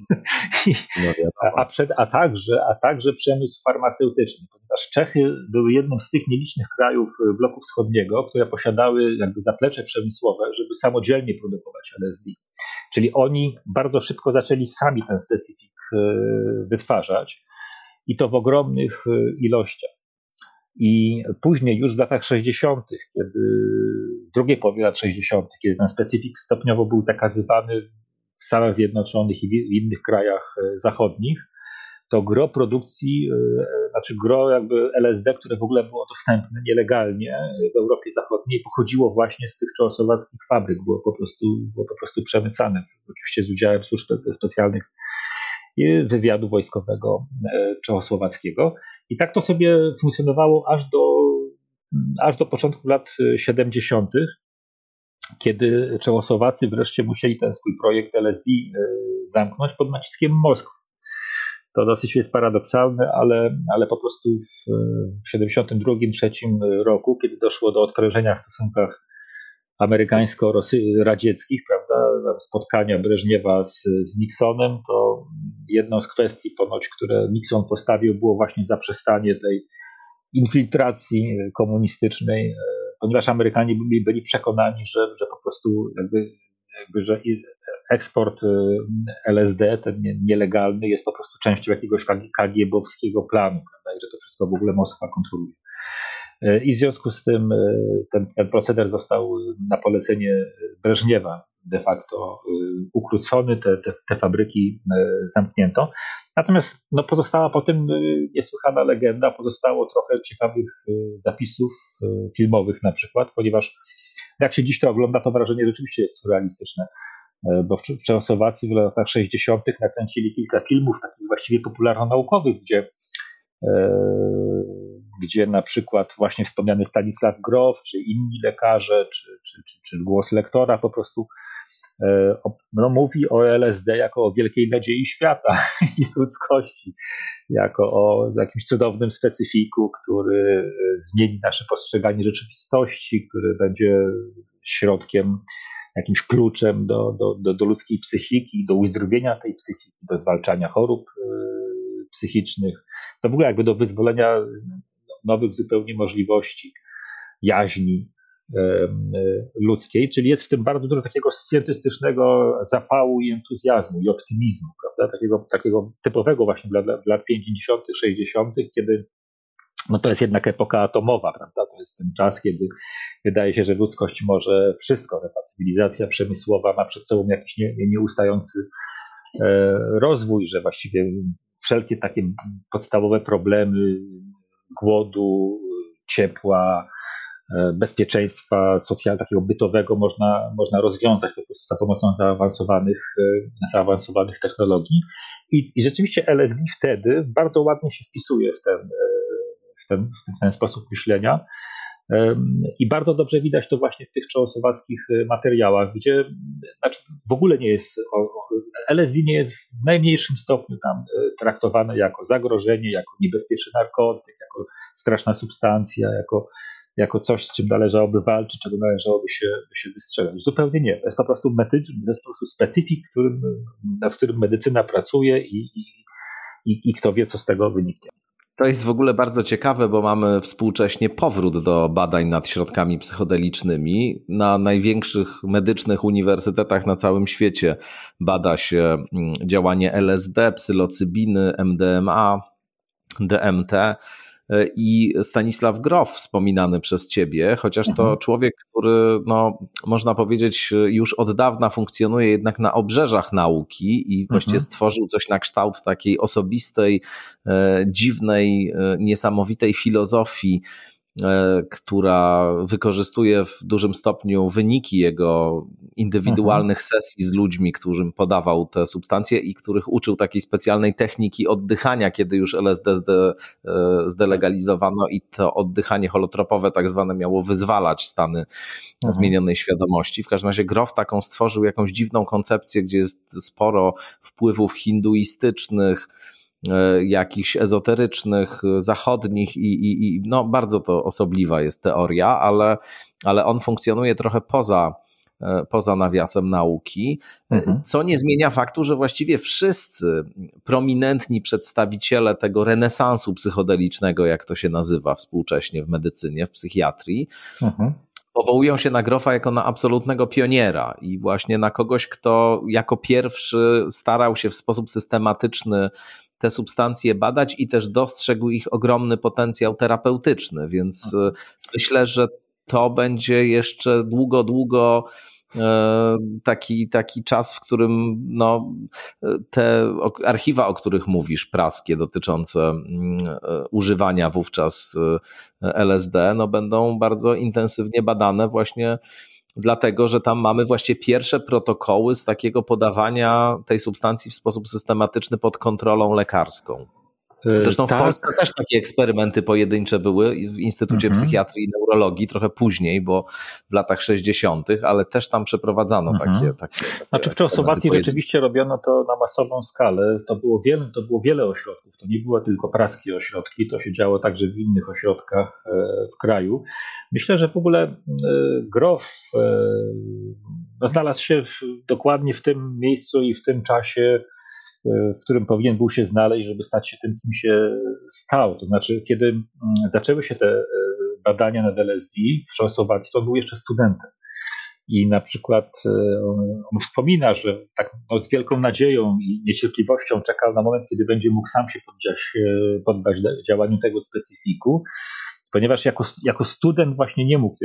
a także przemysł farmaceutyczny, ponieważ Czechy były jednym z tych nielicznych krajów bloku wschodniego, które posiadały jakby zaplecze przemysłowe, żeby samodzielnie produkować LSD. Czyli oni bardzo szybko zaczęli sami ten specyfik wytwarzać i to w ogromnych ilościach. I później już w latach 60., w drugiej połowie lat 60., kiedy ten specyfik stopniowo był zakazywany w Stanach Zjednoczonych i w innych krajach zachodnich, to gro produkcji, gro jakby LSD, które w ogóle było dostępne nielegalnie w Europie Zachodniej, pochodziło właśnie z tych czechosłowackich fabryk, było po prostu przemycane, oczywiście z udziałem służb specjalnych wywiadu wojskowego czechosłowackiego. I tak to sobie funkcjonowało aż do początku lat 70., kiedy Czechosłowacy wreszcie musieli ten swój projekt LSD zamknąć pod naciskiem Moskwy. To dosyć jest paradoksalne, ale po prostu w 72-73 roku, kiedy doszło do odprężenia w stosunkach amerykańsko-radzieckich, prawda, spotkania Breżniewa z Nixonem, to jedną z kwestii ponoć, które Nixon postawił, było właśnie zaprzestanie tej infiltracji komunistycznej, ponieważ Amerykanie byli przekonani, że po prostu że eksport LSD, ten nielegalny, jest po prostu częścią jakiegoś KGB-owskiego planu, prawda, i że to wszystko w ogóle Moskwa kontroluje. I w związku z tym ten proceder został na polecenie Breżniewa de facto ukrócony, te fabryki zamknięto. Natomiast pozostała po tym niesłychana legenda, pozostało trochę ciekawych zapisów filmowych na przykład, ponieważ jak się dziś to ogląda, to wrażenie rzeczywiście jest surrealistyczne, bo w Czechosłowacji w latach 60. nakręcili kilka filmów takich właściwie popularno-naukowych, gdzie na przykład właśnie wspomniany Stanisław Grof, czy inni lekarze, czy głos lektora po prostu mówi o LSD jako o wielkiej nadziei świata i ludzkości, jako o jakimś cudownym specyfiku, który zmieni nasze postrzeganie rzeczywistości, który będzie środkiem, jakimś kluczem do ludzkiej psychiki, do uzdrowienia tej psychiki, do zwalczania chorób psychicznych, to w ogóle jakby do wyzwolenia nowych zupełnie możliwości, jaźni ludzkiej, czyli jest w tym bardzo dużo takiego scjentystycznego zapału i entuzjazmu i optymizmu, prawda? Takiego typowego właśnie dla lat 50., 60., kiedy to jest jednak epoka atomowa, prawda? To jest ten czas, kiedy wydaje się, że ludzkość może wszystko, że ta cywilizacja przemysłowa ma przed sobą jakiś nieustający rozwój, że właściwie wszelkie takie podstawowe problemy głodu, ciepła, bezpieczeństwa takiego bytowego można rozwiązać po prostu za pomocą zaawansowanych technologii. I rzeczywiście LSD wtedy bardzo ładnie się wpisuje w ten sposób myślenia. I bardzo dobrze widać to właśnie w tych czechosłowackich materiałach, gdzie w ogóle nie jest, LSD nie jest w najmniejszym stopniu tam traktowane jako zagrożenie, jako niebezpieczny narkotyk, jako straszna substancja, jako coś, z czym należałoby walczyć, czego należałoby się wystrzegać. Zupełnie nie. To jest po prostu specyfik, w którym medycyna pracuje i kto wie, co z tego wyniknie. To jest w ogóle bardzo ciekawe, bo mamy współcześnie powrót do badań nad środkami psychodelicznymi. Na największych medycznych uniwersytetach na całym świecie bada się działanie LSD, psylocybiny, MDMA, DMT i Stanisław Grof wspominany przez ciebie, chociaż to człowiek, który można powiedzieć już od dawna funkcjonuje jednak na obrzeżach nauki i właściwie stworzył coś na kształt takiej osobistej, dziwnej, niesamowitej filozofii, która wykorzystuje w dużym stopniu wyniki jego indywidualnych sesji z ludźmi, którym podawał te substancje i których uczył takiej specjalnej techniki oddychania, kiedy już LSD zdelegalizowano i to oddychanie holotropowe tak zwane miało wyzwalać stany zmienionej świadomości. W każdym razie Grof taką stworzył jakąś dziwną koncepcję, gdzie jest sporo wpływów hinduistycznych, jakichś ezoterycznych, zachodnich i bardzo to osobliwa jest teoria, ale on funkcjonuje trochę poza nawiasem nauki, co nie zmienia faktu, że właściwie wszyscy prominentni przedstawiciele tego renesansu psychodelicznego, jak to się nazywa współcześnie w medycynie, w psychiatrii, powołują się na Grofa jako na absolutnego pioniera i właśnie na kogoś, kto jako pierwszy starał się w sposób systematyczny te substancje badać i też dostrzegł ich ogromny potencjał terapeutyczny, więc myślę, że to będzie jeszcze długo taki czas, w którym te archiwa, o których mówisz, praskie, dotyczące używania wówczas LSD, będą bardzo intensywnie badane właśnie dlatego że tam mamy właśnie pierwsze protokoły z takiego podawania tej substancji w sposób systematyczny pod kontrolą lekarską. Zresztą w Polsce też takie eksperymenty pojedyncze były w Instytucie Psychiatrii i Neurologii trochę później, bo w latach 60., ale też tam przeprowadzano takie Znaczy w Czechosłowacji rzeczywiście robiono to na masową skalę. To było wiele ośrodków. To nie były tylko praskie ośrodki, to się działo także w innych ośrodkach w kraju. Myślę, że w ogóle Grof znalazł się dokładnie w tym miejscu i w tym czasie, w którym powinien był się znaleźć, żeby stać się tym, kim się stał. To znaczy, kiedy zaczęły się te badania nad LSD w Czechosłowacji, to on był jeszcze studentem. I na przykład on wspomina, że tak z wielką nadzieją i niecierpliwością czekał na moment, kiedy będzie mógł sam się poddać działaniu tego specyfiku, ponieważ jako student właśnie nie mógł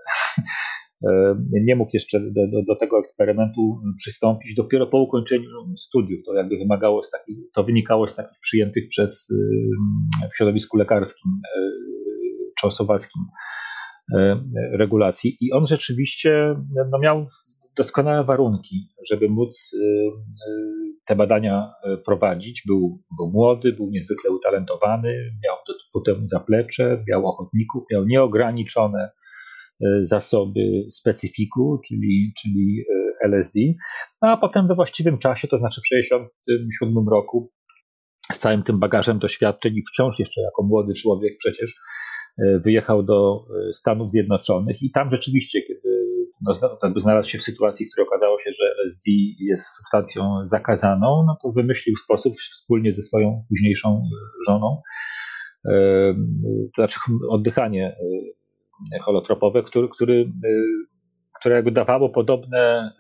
jeszcze do tego eksperymentu przystąpić. Dopiero po ukończeniu studiów to jakby wynikało z takich przyjętych w środowisku lekarskim czechosłowackim regulacji. I on rzeczywiście miał doskonałe warunki, żeby móc te badania prowadzić. Był młody, był niezwykle utalentowany, miał ku temu zaplecze, miał ochotników, miał nieograniczone zasoby specyfiku, czyli LSD, a potem we właściwym czasie, to znaczy w 1967 roku, z całym tym bagażem doświadczeń i wciąż jeszcze jako młody człowiek przecież wyjechał do Stanów Zjednoczonych i tam rzeczywiście, kiedy znalazł się w sytuacji, w której okazało się, że LSD jest substancją zakazaną, no to wymyślił sposób wspólnie ze swoją późniejszą żoną, to znaczy oddychanie holotropowe, które jakby dawało podobne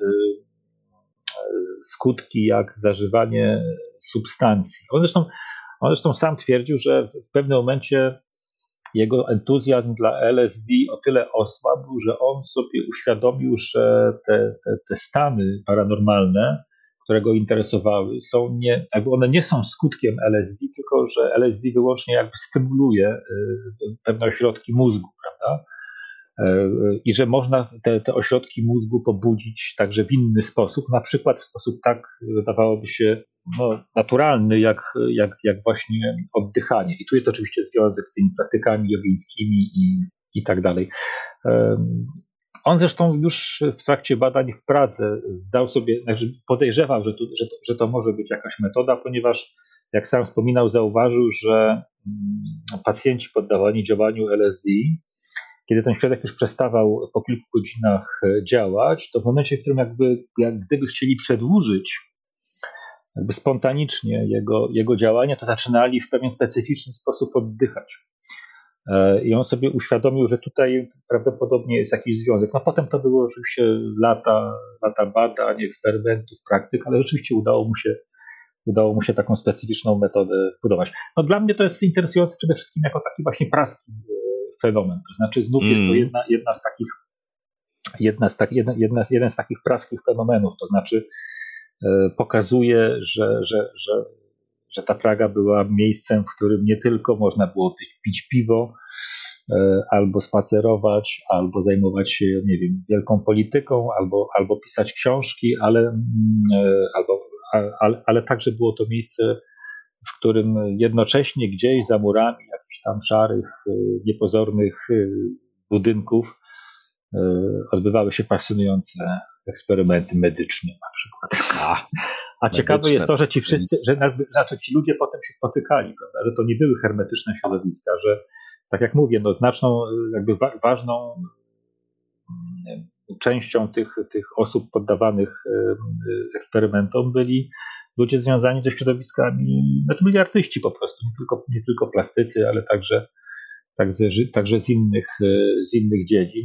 skutki jak zażywanie substancji. On zresztą sam twierdził, że w pewnym momencie jego entuzjazm dla LSD o tyle osłabł, że on sobie uświadomił, że te stany paranormalne, które go interesowały, one nie są skutkiem LSD, tylko że LSD wyłącznie jakby stymuluje pewne ośrodki mózgu, prawda? I że można te ośrodki mózgu pobudzić także w inny sposób, na przykład w sposób tak, wydawałoby się, naturalny, jak właśnie oddychanie. I tu jest oczywiście związek z tymi praktykami jogińskimi i tak dalej. On zresztą już w trakcie badań w Pradze podejrzewał, że to może być jakaś metoda, ponieważ jak sam wspominał, zauważył, że pacjenci poddawani działaniu LSD, kiedy ten środek już przestawał po kilku godzinach działać, to w momencie, w którym jak gdyby chcieli przedłużyć jakby spontanicznie jego działanie, to zaczynali w pewien specyficzny sposób oddychać. I on sobie uświadomił, że tutaj prawdopodobnie jest jakiś związek. No potem to było oczywiście lata badań, eksperymentów, praktyk, ale rzeczywiście udało mu się taką specyficzną metodę wbudować. No dla mnie to jest interesujące przede wszystkim jako taki właśnie praski fenomen. To znaczy znów jest to jeden z takich praskich fenomenów. To znaczy pokazuje, że ta Praga była miejscem, w którym nie tylko można było pić piwo, albo spacerować, albo zajmować się, nie wiem, wielką polityką, albo pisać książki, ale także było to miejsce, w którym jednocześnie gdzieś za murami jakichś tam szarych, niepozornych budynków odbywały się fascynujące eksperymenty medyczne na przykład. A ciekawe jest to, że ci ludzie potem się spotykali, prawda? Że to nie były hermetyczne środowiska, że tak jak mówię, znaczną, jakby ważną częścią tych osób poddawanych eksperymentom byli ludzie związani ze środowiskami, znaczy byli artyści po prostu, nie tylko plastycy, ale także z innych dziedzin.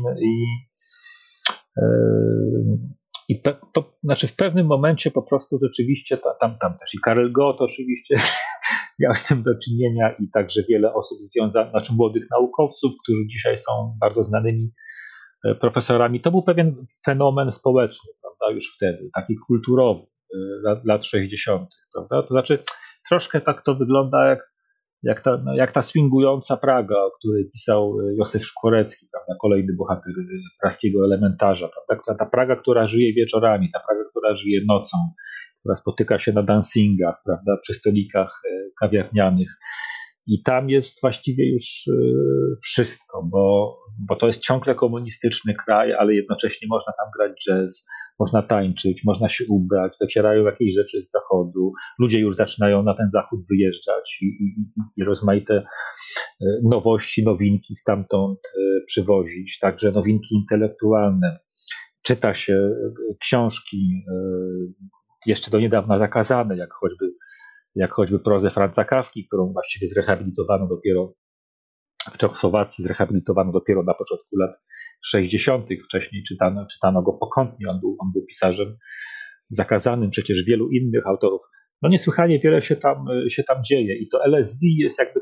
I to znaczy w pewnym momencie po prostu rzeczywiście tam też i Karel Gott oczywiście miał z tym do czynienia i także wiele osób związanych, znaczy młodych naukowców, którzy dzisiaj są bardzo znanymi profesorami. To był pewien fenomen społeczny, prawda, już wtedy, taki kulturowy, lat 60., prawda? To znaczy troszkę tak to wygląda jak ta swingująca Praga, o której pisał Józef Szkworecki, prawda, kolejny bohater praskiego elementarza, prawda, ta Praga, która żyje wieczorami, ta Praga, która żyje nocą, która spotyka się na dancingach, prawda, przy stolikach kawiarnianych. I tam jest właściwie już wszystko, bo to jest ciągle komunistyczny kraj, ale jednocześnie można tam grać jazz, można tańczyć, można się ubrać, docierają jakieś rzeczy z zachodu, ludzie już zaczynają na ten zachód wyjeżdżać i rozmaite nowości, nowinki stamtąd przywozić, także nowinki intelektualne. Czyta się książki jeszcze do niedawna zakazane, jak choćby prozę Franza Kafki, którą właściwie zrehabilitowano dopiero w Czechosłowacji, na początku lat 60. Wcześniej czytano go pokątnie, on był pisarzem zakazanym, przecież wielu innych autorów. No niesłychanie wiele się tam dzieje i to LSD jest jakby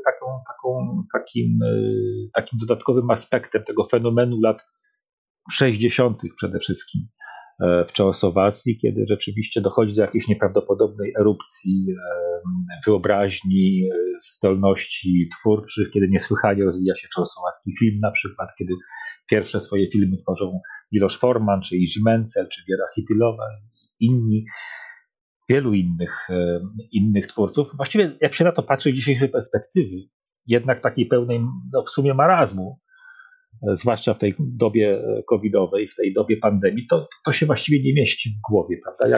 takim dodatkowym aspektem tego fenomenu lat 60. przede wszystkim w Czechosłowacji, kiedy rzeczywiście dochodzi do jakiejś nieprawdopodobnej erupcji wyobraźni, zdolności twórczych, kiedy niesłychanie rozwija się czechosłowacki film na przykład, kiedy pierwsze swoje filmy tworzą Miloš Forman, czy Jiří Mencel, czy Věra Chytilová, inni, wielu innych twórców. Właściwie jak się na to patrzy z dzisiejszej perspektywy, jednak takiej pełnej w sumie marazmu, zwłaszcza w tej dobie covidowej, w tej dobie pandemii, to się właściwie nie mieści w głowie, prawda?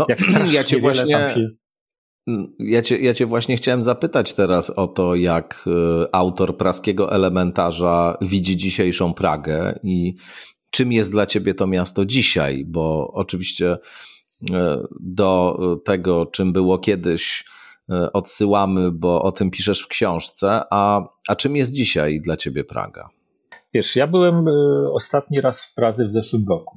Ja cię właśnie chciałem zapytać teraz o to, jak autor praskiego elementarza widzi dzisiejszą Pragę i czym jest dla ciebie to miasto dzisiaj, bo oczywiście do tego, czym było kiedyś, odsyłamy, bo o tym piszesz w książce, a czym jest dzisiaj dla ciebie Praga? Wiesz, ja byłem ostatni raz w Pradze w zeszłym roku.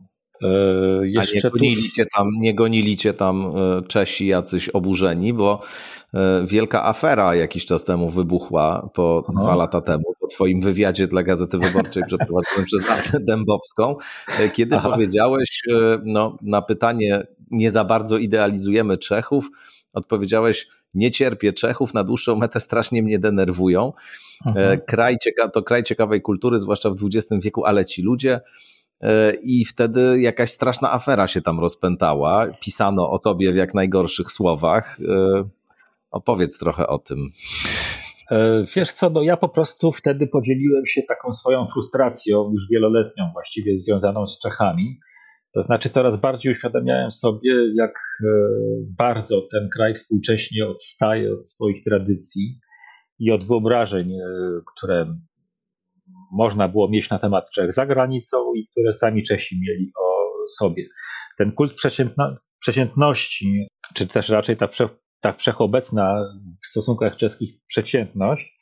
Nie gonili cię tam Czesi jacyś oburzeni, bo wielka afera jakiś czas temu wybuchła, 2 lata temu, po twoim wywiadzie dla Gazety Wyborczej przeprowadzonym przez Annę Dębowską, kiedy powiedziałeś na pytanie, nie za bardzo idealizujemy Czechów, odpowiedziałeś: nie cierpię Czechów, na dłuższą metę strasznie mnie denerwują. To kraj ciekawej kultury, zwłaszcza w XX wieku, ale ci ludzie. I wtedy jakaś straszna afera się tam rozpętała. Pisano o tobie w jak najgorszych słowach. Opowiedz trochę o tym. Wiesz co, ja po prostu wtedy podzieliłem się taką swoją frustracją, już wieloletnią właściwie, związaną z Czechami. To znaczy coraz bardziej uświadamiałem sobie, jak bardzo ten kraj współcześnie odstaje od swoich tradycji i od wyobrażeń, które można było mieć na temat Czech za granicą i które sami Czesi mieli o sobie. Ten kult przeciętności, czy też raczej ta wszechobecna w stosunkach czeskich przeciętność,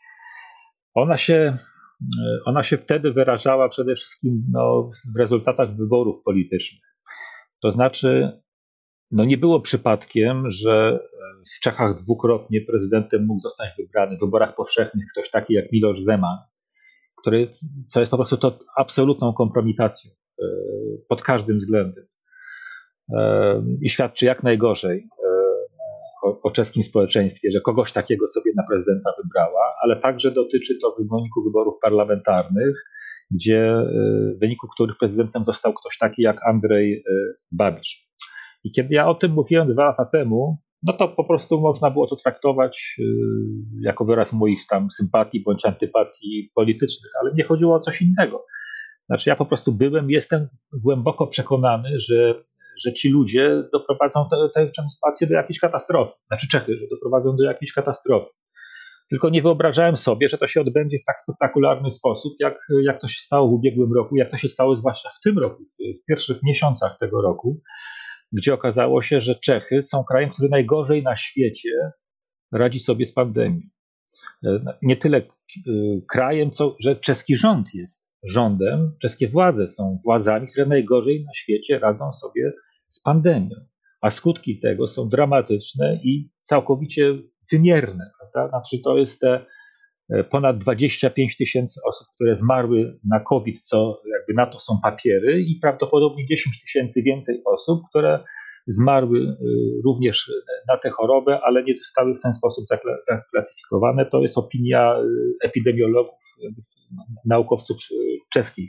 ona się wtedy wyrażała przede wszystkim w rezultatach wyborów politycznych. To znaczy, nie było przypadkiem, że w Czechach dwukrotnie prezydentem mógł zostać wybrany w wyborach powszechnych ktoś taki jak Miloš Zeman, co jest po prostu to absolutną kompromitacją pod każdym względem. I świadczy jak najgorzej o czeskim społeczeństwie, że kogoś takiego sobie na prezydenta wybrała, ale także dotyczy to wyniku wyborów parlamentarnych, w wyniku których prezydentem został ktoś taki jak Andrzej Babiš. I kiedy ja o tym mówiłem 2 lata temu, to po prostu można było to traktować jako wyraz moich tam sympatii bądź antypatii politycznych, ale mnie chodziło o coś innego. Znaczy ja po prostu jestem głęboko przekonany, że ci ludzie doprowadzą tę sytuację do jakiejś katastrofy. Znaczy Czechy, że doprowadzą do jakiejś katastrofy. Tylko nie wyobrażałem sobie, że to się odbędzie w tak spektakularny sposób, jak to się stało w ubiegłym roku, jak to się stało zwłaszcza w tym roku, w pierwszych miesiącach tego roku, gdzie okazało się, że Czechy są krajem, który najgorzej na świecie radzi sobie z pandemią. Nie tyle krajem, że czeski rząd jest rządem, czeskie władze są władzami, które najgorzej na świecie radzą sobie z pandemią. A skutki tego są dramatyczne i całkowicie wymierne. Prawda? Znaczy to jest te ponad 25 000 osób, które zmarły na COVID, co jakby na to są papiery, i prawdopodobnie 10 000 więcej osób, które zmarły również na tę chorobę, ale nie zostały w ten sposób zaklasyfikowane. To jest opinia epidemiologów, naukowców czeskich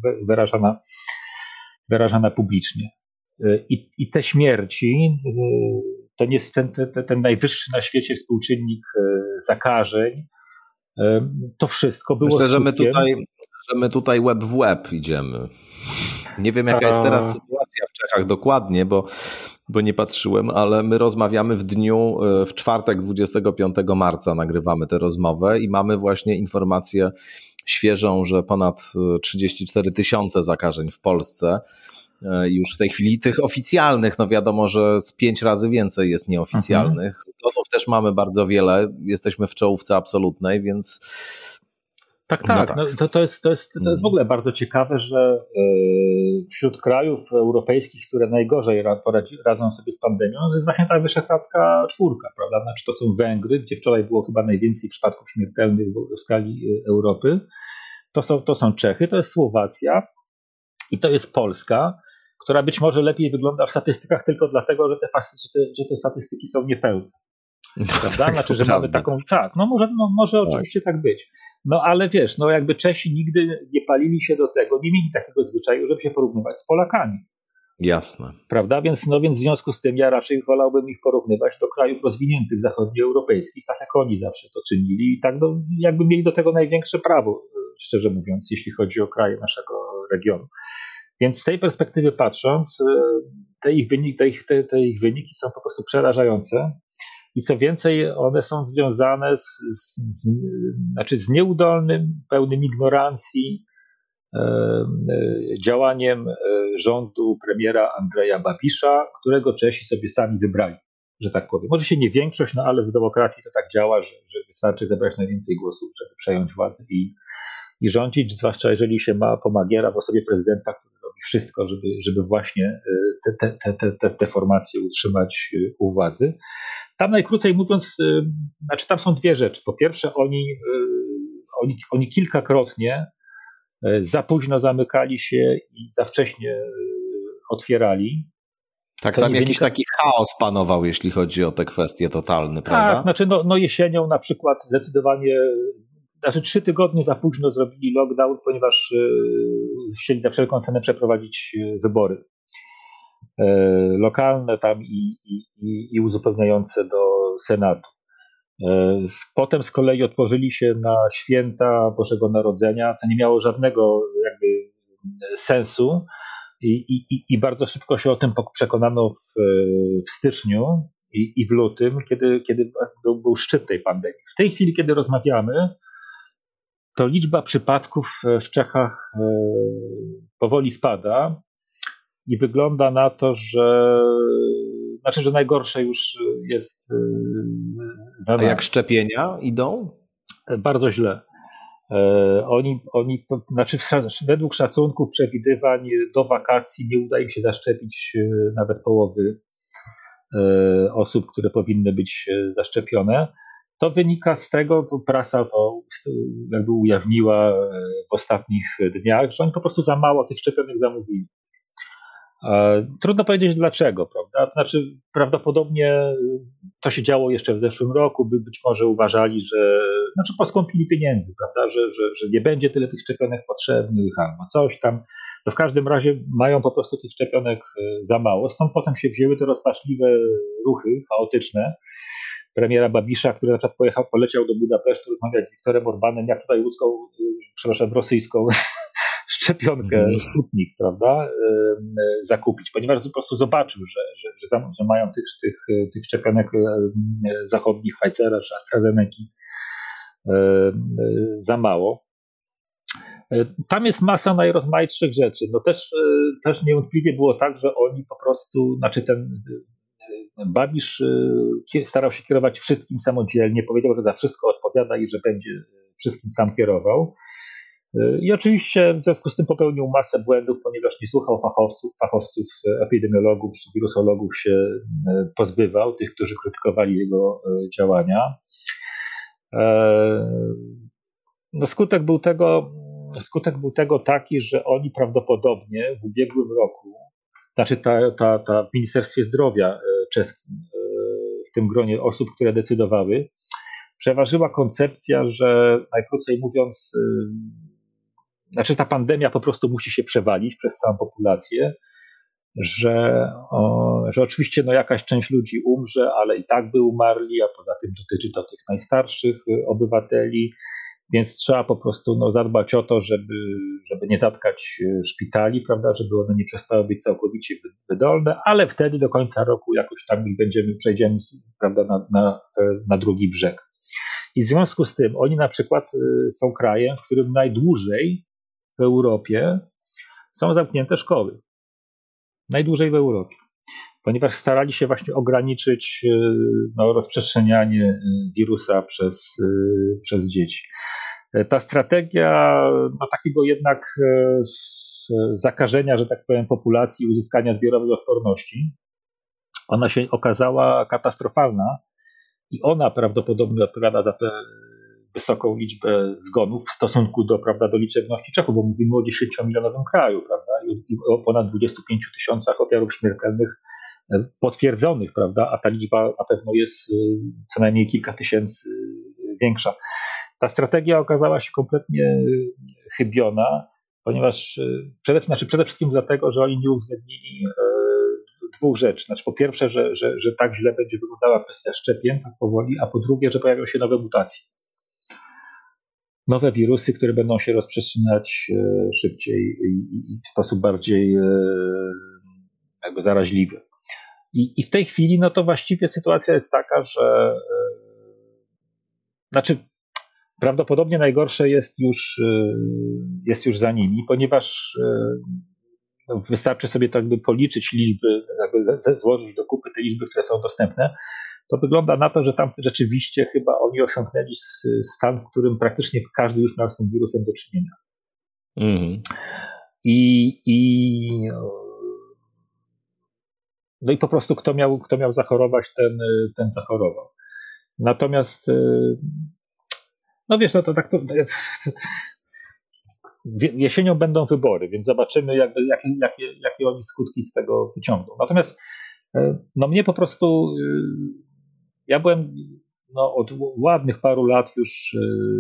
wyrażana publicznie. I te śmierci, ten najwyższy na świecie współczynnik zakażeń, to wszystko było Myślę, skutkiem... że my tutaj łeb w łeb idziemy. Nie wiem, jaka jest teraz sytuacja w Czechach dokładnie, bo nie patrzyłem, ale my rozmawiamy w czwartek 25 marca nagrywamy tę rozmowę i mamy właśnie informację świeżą, że ponad 34 000 zakażeń w Polsce. Już w tej chwili tych oficjalnych, no wiadomo, że z 5 razy więcej jest nieoficjalnych. Zgonów też mamy bardzo wiele, jesteśmy w czołówce absolutnej, więc... Tak. No to jest w ogóle bardzo ciekawe, że wśród krajów europejskich, które najgorzej radzą sobie z pandemią, to jest właśnie ta wyszehradzka czwórka, prawda? Znaczy to są Węgry, gdzie wczoraj było chyba najwięcej przypadków śmiertelnych w skali Europy. To są Czechy, to jest Słowacja i to jest Polska, która być może lepiej wygląda w statystykach tylko dlatego, że te statystyki są niepełne. Prawda? Znaczy, że mamy taką... Tak, może oczywiście tak być. No ale wiesz, jakby Czesi nigdy nie palili się do tego, nie mieli takiego zwyczaju, żeby się porównywać z Polakami. Jasne. Prawda? Więc w związku z tym ja raczej wolałbym ich porównywać do krajów rozwiniętych zachodnioeuropejskich, tak jak oni zawsze to czynili i tak jakby mieli do tego największe prawo, szczerze mówiąc, jeśli chodzi o kraje naszego regionu. Więc z tej perspektywy patrząc, te ich wyniki są po prostu przerażające. I co więcej, one są związane z nieudolnym, pełnym ignorancji działaniem rządu premiera Andreja Babisza, którego Czesi sobie sami wybrali, że tak powiem. Może się nie większość, ale w demokracji to tak działa, że wystarczy zebrać najwięcej głosów, żeby przejąć władzę i rządzić, zwłaszcza jeżeli się ma pomagiera w osobie prezydenta, który robi wszystko, żeby właśnie te formacje utrzymać u władzy. Tam najkrócej mówiąc, tam są dwie rzeczy. Po pierwsze, oni kilkakrotnie za późno zamykali się i za wcześnie otwierali. Tak, tam jakiś taki chaos panował, jeśli chodzi o te kwestie totalne, prawda? Tak, jesienią na przykład zdecydowanie, 3 tygodnie za późno zrobili lockdown, ponieważ chcieli za wszelką cenę przeprowadzić wybory lokalne tam i uzupełniające do Senatu. Potem z kolei otworzyli się na święta Bożego Narodzenia, co nie miało żadnego jakby sensu i bardzo szybko się o tym przekonano w styczniu i w lutym, kiedy był szczyt tej pandemii. W tej chwili, kiedy rozmawiamy, to liczba przypadków w Czechach powoli spada i wygląda na to, że najgorsze już jest za nami. A jak szczepienia idą? Bardzo źle. Według szacunków, przewidywań do wakacji nie uda im się zaszczepić nawet połowy osób, które powinny być zaszczepione. To wynika z tego, co prasa to jakby ujawniła w ostatnich dniach, że oni po prostu za mało tych szczepionek zamówili. Trudno powiedzieć dlaczego, prawda? To znaczy prawdopodobnie to się działo jeszcze w zeszłym roku, być może uważali, że poskąpili pieniędzy, prawda? Że nie będzie tyle tych szczepionek potrzebnych albo coś tam. To w każdym razie mają po prostu tych szczepionek za mało. Stąd potem się wzięły te rozpaczliwe ruchy chaotyczne premiera Babisza, który na przykład poleciał do Budapesztu rozmawiać z Viktorem Orbanem, jak tutaj rosyjską szczepionkę Sputnik, prawda, zakupić, ponieważ po prostu zobaczył, że mają tych szczepionek zachodnich, Pfizera czy AstraZeneca za mało. Tam jest masa najrozmaitszych rzeczy. Też niewątpliwie było tak, że oni po prostu, ten Babisz starał się kierować wszystkim samodzielnie, powiedział, że za wszystko odpowiada i że będzie wszystkim sam kierował. I oczywiście w związku z tym popełnił masę błędów, ponieważ nie słuchał fachowców, epidemiologów czy wirusologów się pozbywał, tych, którzy krytykowali jego działania. Skutek był tego taki, że oni prawdopodobnie w ubiegłym roku znaczy ta w Ministerstwie Zdrowia czeskim, w tym gronie osób, które decydowały, przeważyła koncepcja, że najkrócej mówiąc, znaczy ta pandemia po prostu musi się przewalić przez całą populację, że oczywiście jakaś część ludzi umrze, ale i tak by umarli, a poza tym dotyczy to tych najstarszych obywateli, więc trzeba po prostu zadbać o to, żeby nie zatkać szpitali, prawda, żeby one nie przestały być całkowicie wydolne, ale wtedy do końca roku jakoś tam już przejdziemy, prawda, na drugi brzeg. I w związku z tym oni na przykład są krajem, w którym najdłużej w Europie są zamknięte szkoły. Najdłużej w Europie. Ponieważ starali się właśnie ograniczyć rozprzestrzenianie wirusa przez dzieci. Ta strategia takiego jednak zakażenia, że tak powiem, populacji, uzyskania zbiorowej odporności, ona się okazała katastrofalna i ona prawdopodobnie odpowiada za tę wysoką liczbę zgonów w stosunku do liczebności Czechów, bo mówimy o 10-milionowym kraju, prawda, i o ponad 25 tysiącach ofiarów śmiertelnych potwierdzonych, prawda, a ta liczba na pewno jest co najmniej kilka tysięcy większa. Ta strategia okazała się kompletnie chybiona, ponieważ przede wszystkim dlatego, że oni nie uwzględnili dwóch rzeczy. Znaczy, po pierwsze, że tak źle będzie wyglądała kwestia szczepień tak powoli, a po drugie, że pojawią się nowe mutacje. Nowe wirusy, które będą się rozprzestrzeniać szybciej i w sposób bardziej jakby zaraźliwy. I w tej chwili to właściwie sytuacja jest taka, że prawdopodobnie najgorsze jest już za nimi, ponieważ wystarczy sobie tak by policzyć liczby, złożyć do kupy te liczby, które są dostępne, to wygląda na to, że tam rzeczywiście chyba oni osiągnęli stan, w którym praktycznie każdy już miał z tym wirusem do czynienia. Mhm. I po prostu kto miał zachorować, ten zachorował. Natomiast jesienią będą wybory, więc zobaczymy jakie oni skutki z tego wyciągną. Natomiast mnie po prostu, ja byłem od ładnych paru lat już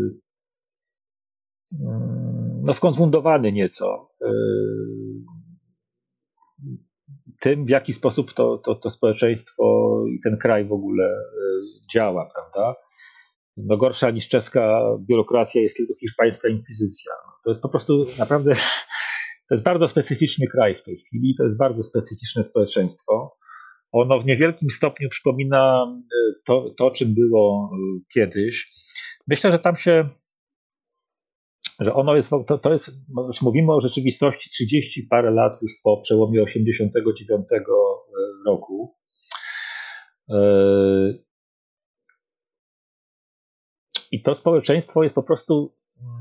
skonfundowany nieco tym, w jaki sposób to społeczeństwo i ten kraj w ogóle działa, prawda? Gorsza niż czeska biurokracja jest tylko hiszpańska inkwizycja. To jest po prostu naprawdę, to jest bardzo specyficzny kraj w tej chwili, to jest bardzo specyficzne społeczeństwo. Ono w niewielkim stopniu przypomina to czym było kiedyś. Myślę, że tam się, że ono jest, to jest, mówimy o rzeczywistości 30 parę lat już po przełomie 89 roku. I to społeczeństwo jest po prostu,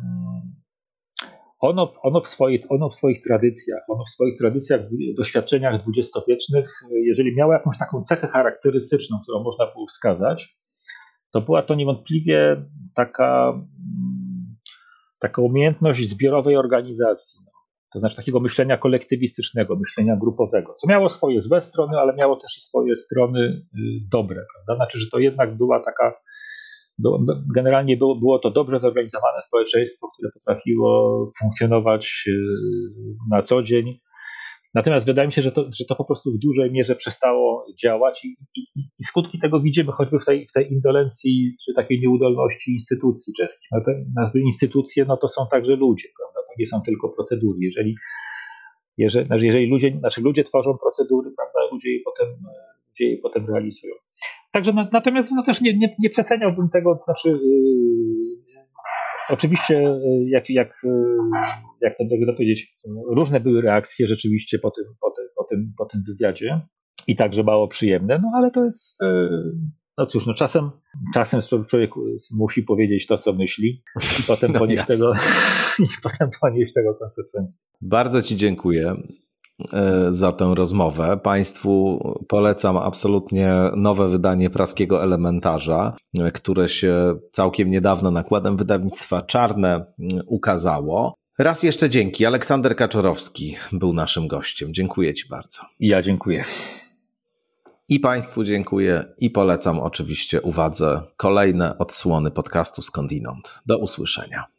ono w swoich tradycjach, doświadczeniach dwudziestowiecznych, jeżeli miało jakąś taką cechę charakterystyczną, którą można było wskazać, to była to niewątpliwie taka umiejętność zbiorowej organizacji. To znaczy takiego myślenia kolektywistycznego, myślenia grupowego, co miało swoje złe strony, ale miało też i swoje strony dobre, prawda? Znaczy, że to jednak była taka, generalnie było to dobrze zorganizowane społeczeństwo, które potrafiło funkcjonować na co dzień. Natomiast wydaje mi się, że to po prostu w dużej mierze przestało działać i skutki tego widzimy choćby w tej indolencji czy takiej nieudolności instytucji czeskich. Te instytucje to są także ludzie, prawda? To nie są tylko procedury. Jeżeli ludzie tworzą procedury, prawda? Ludzie je potem realizują. Także natomiast też nie przeceniałbym tego, oczywiście, jak to powiedzieć, różne były reakcje rzeczywiście po tym wywiadzie i także mało przyjemne, ale to jest, cóż, czasem człowiek musi powiedzieć to, co myśli i potem ponieść tego konsekwencje. Bardzo Ci dziękuję za tę rozmowę. Państwu polecam absolutnie nowe wydanie praskiego Elementarza, które się całkiem niedawno nakładem wydawnictwa Czarne ukazało. Raz jeszcze dzięki. Aleksander Kaczorowski był naszym gościem. Dziękuję Ci bardzo. Ja dziękuję. I Państwu dziękuję i polecam oczywiście uwadze kolejne odsłony podcastu Skądinąd. Do usłyszenia.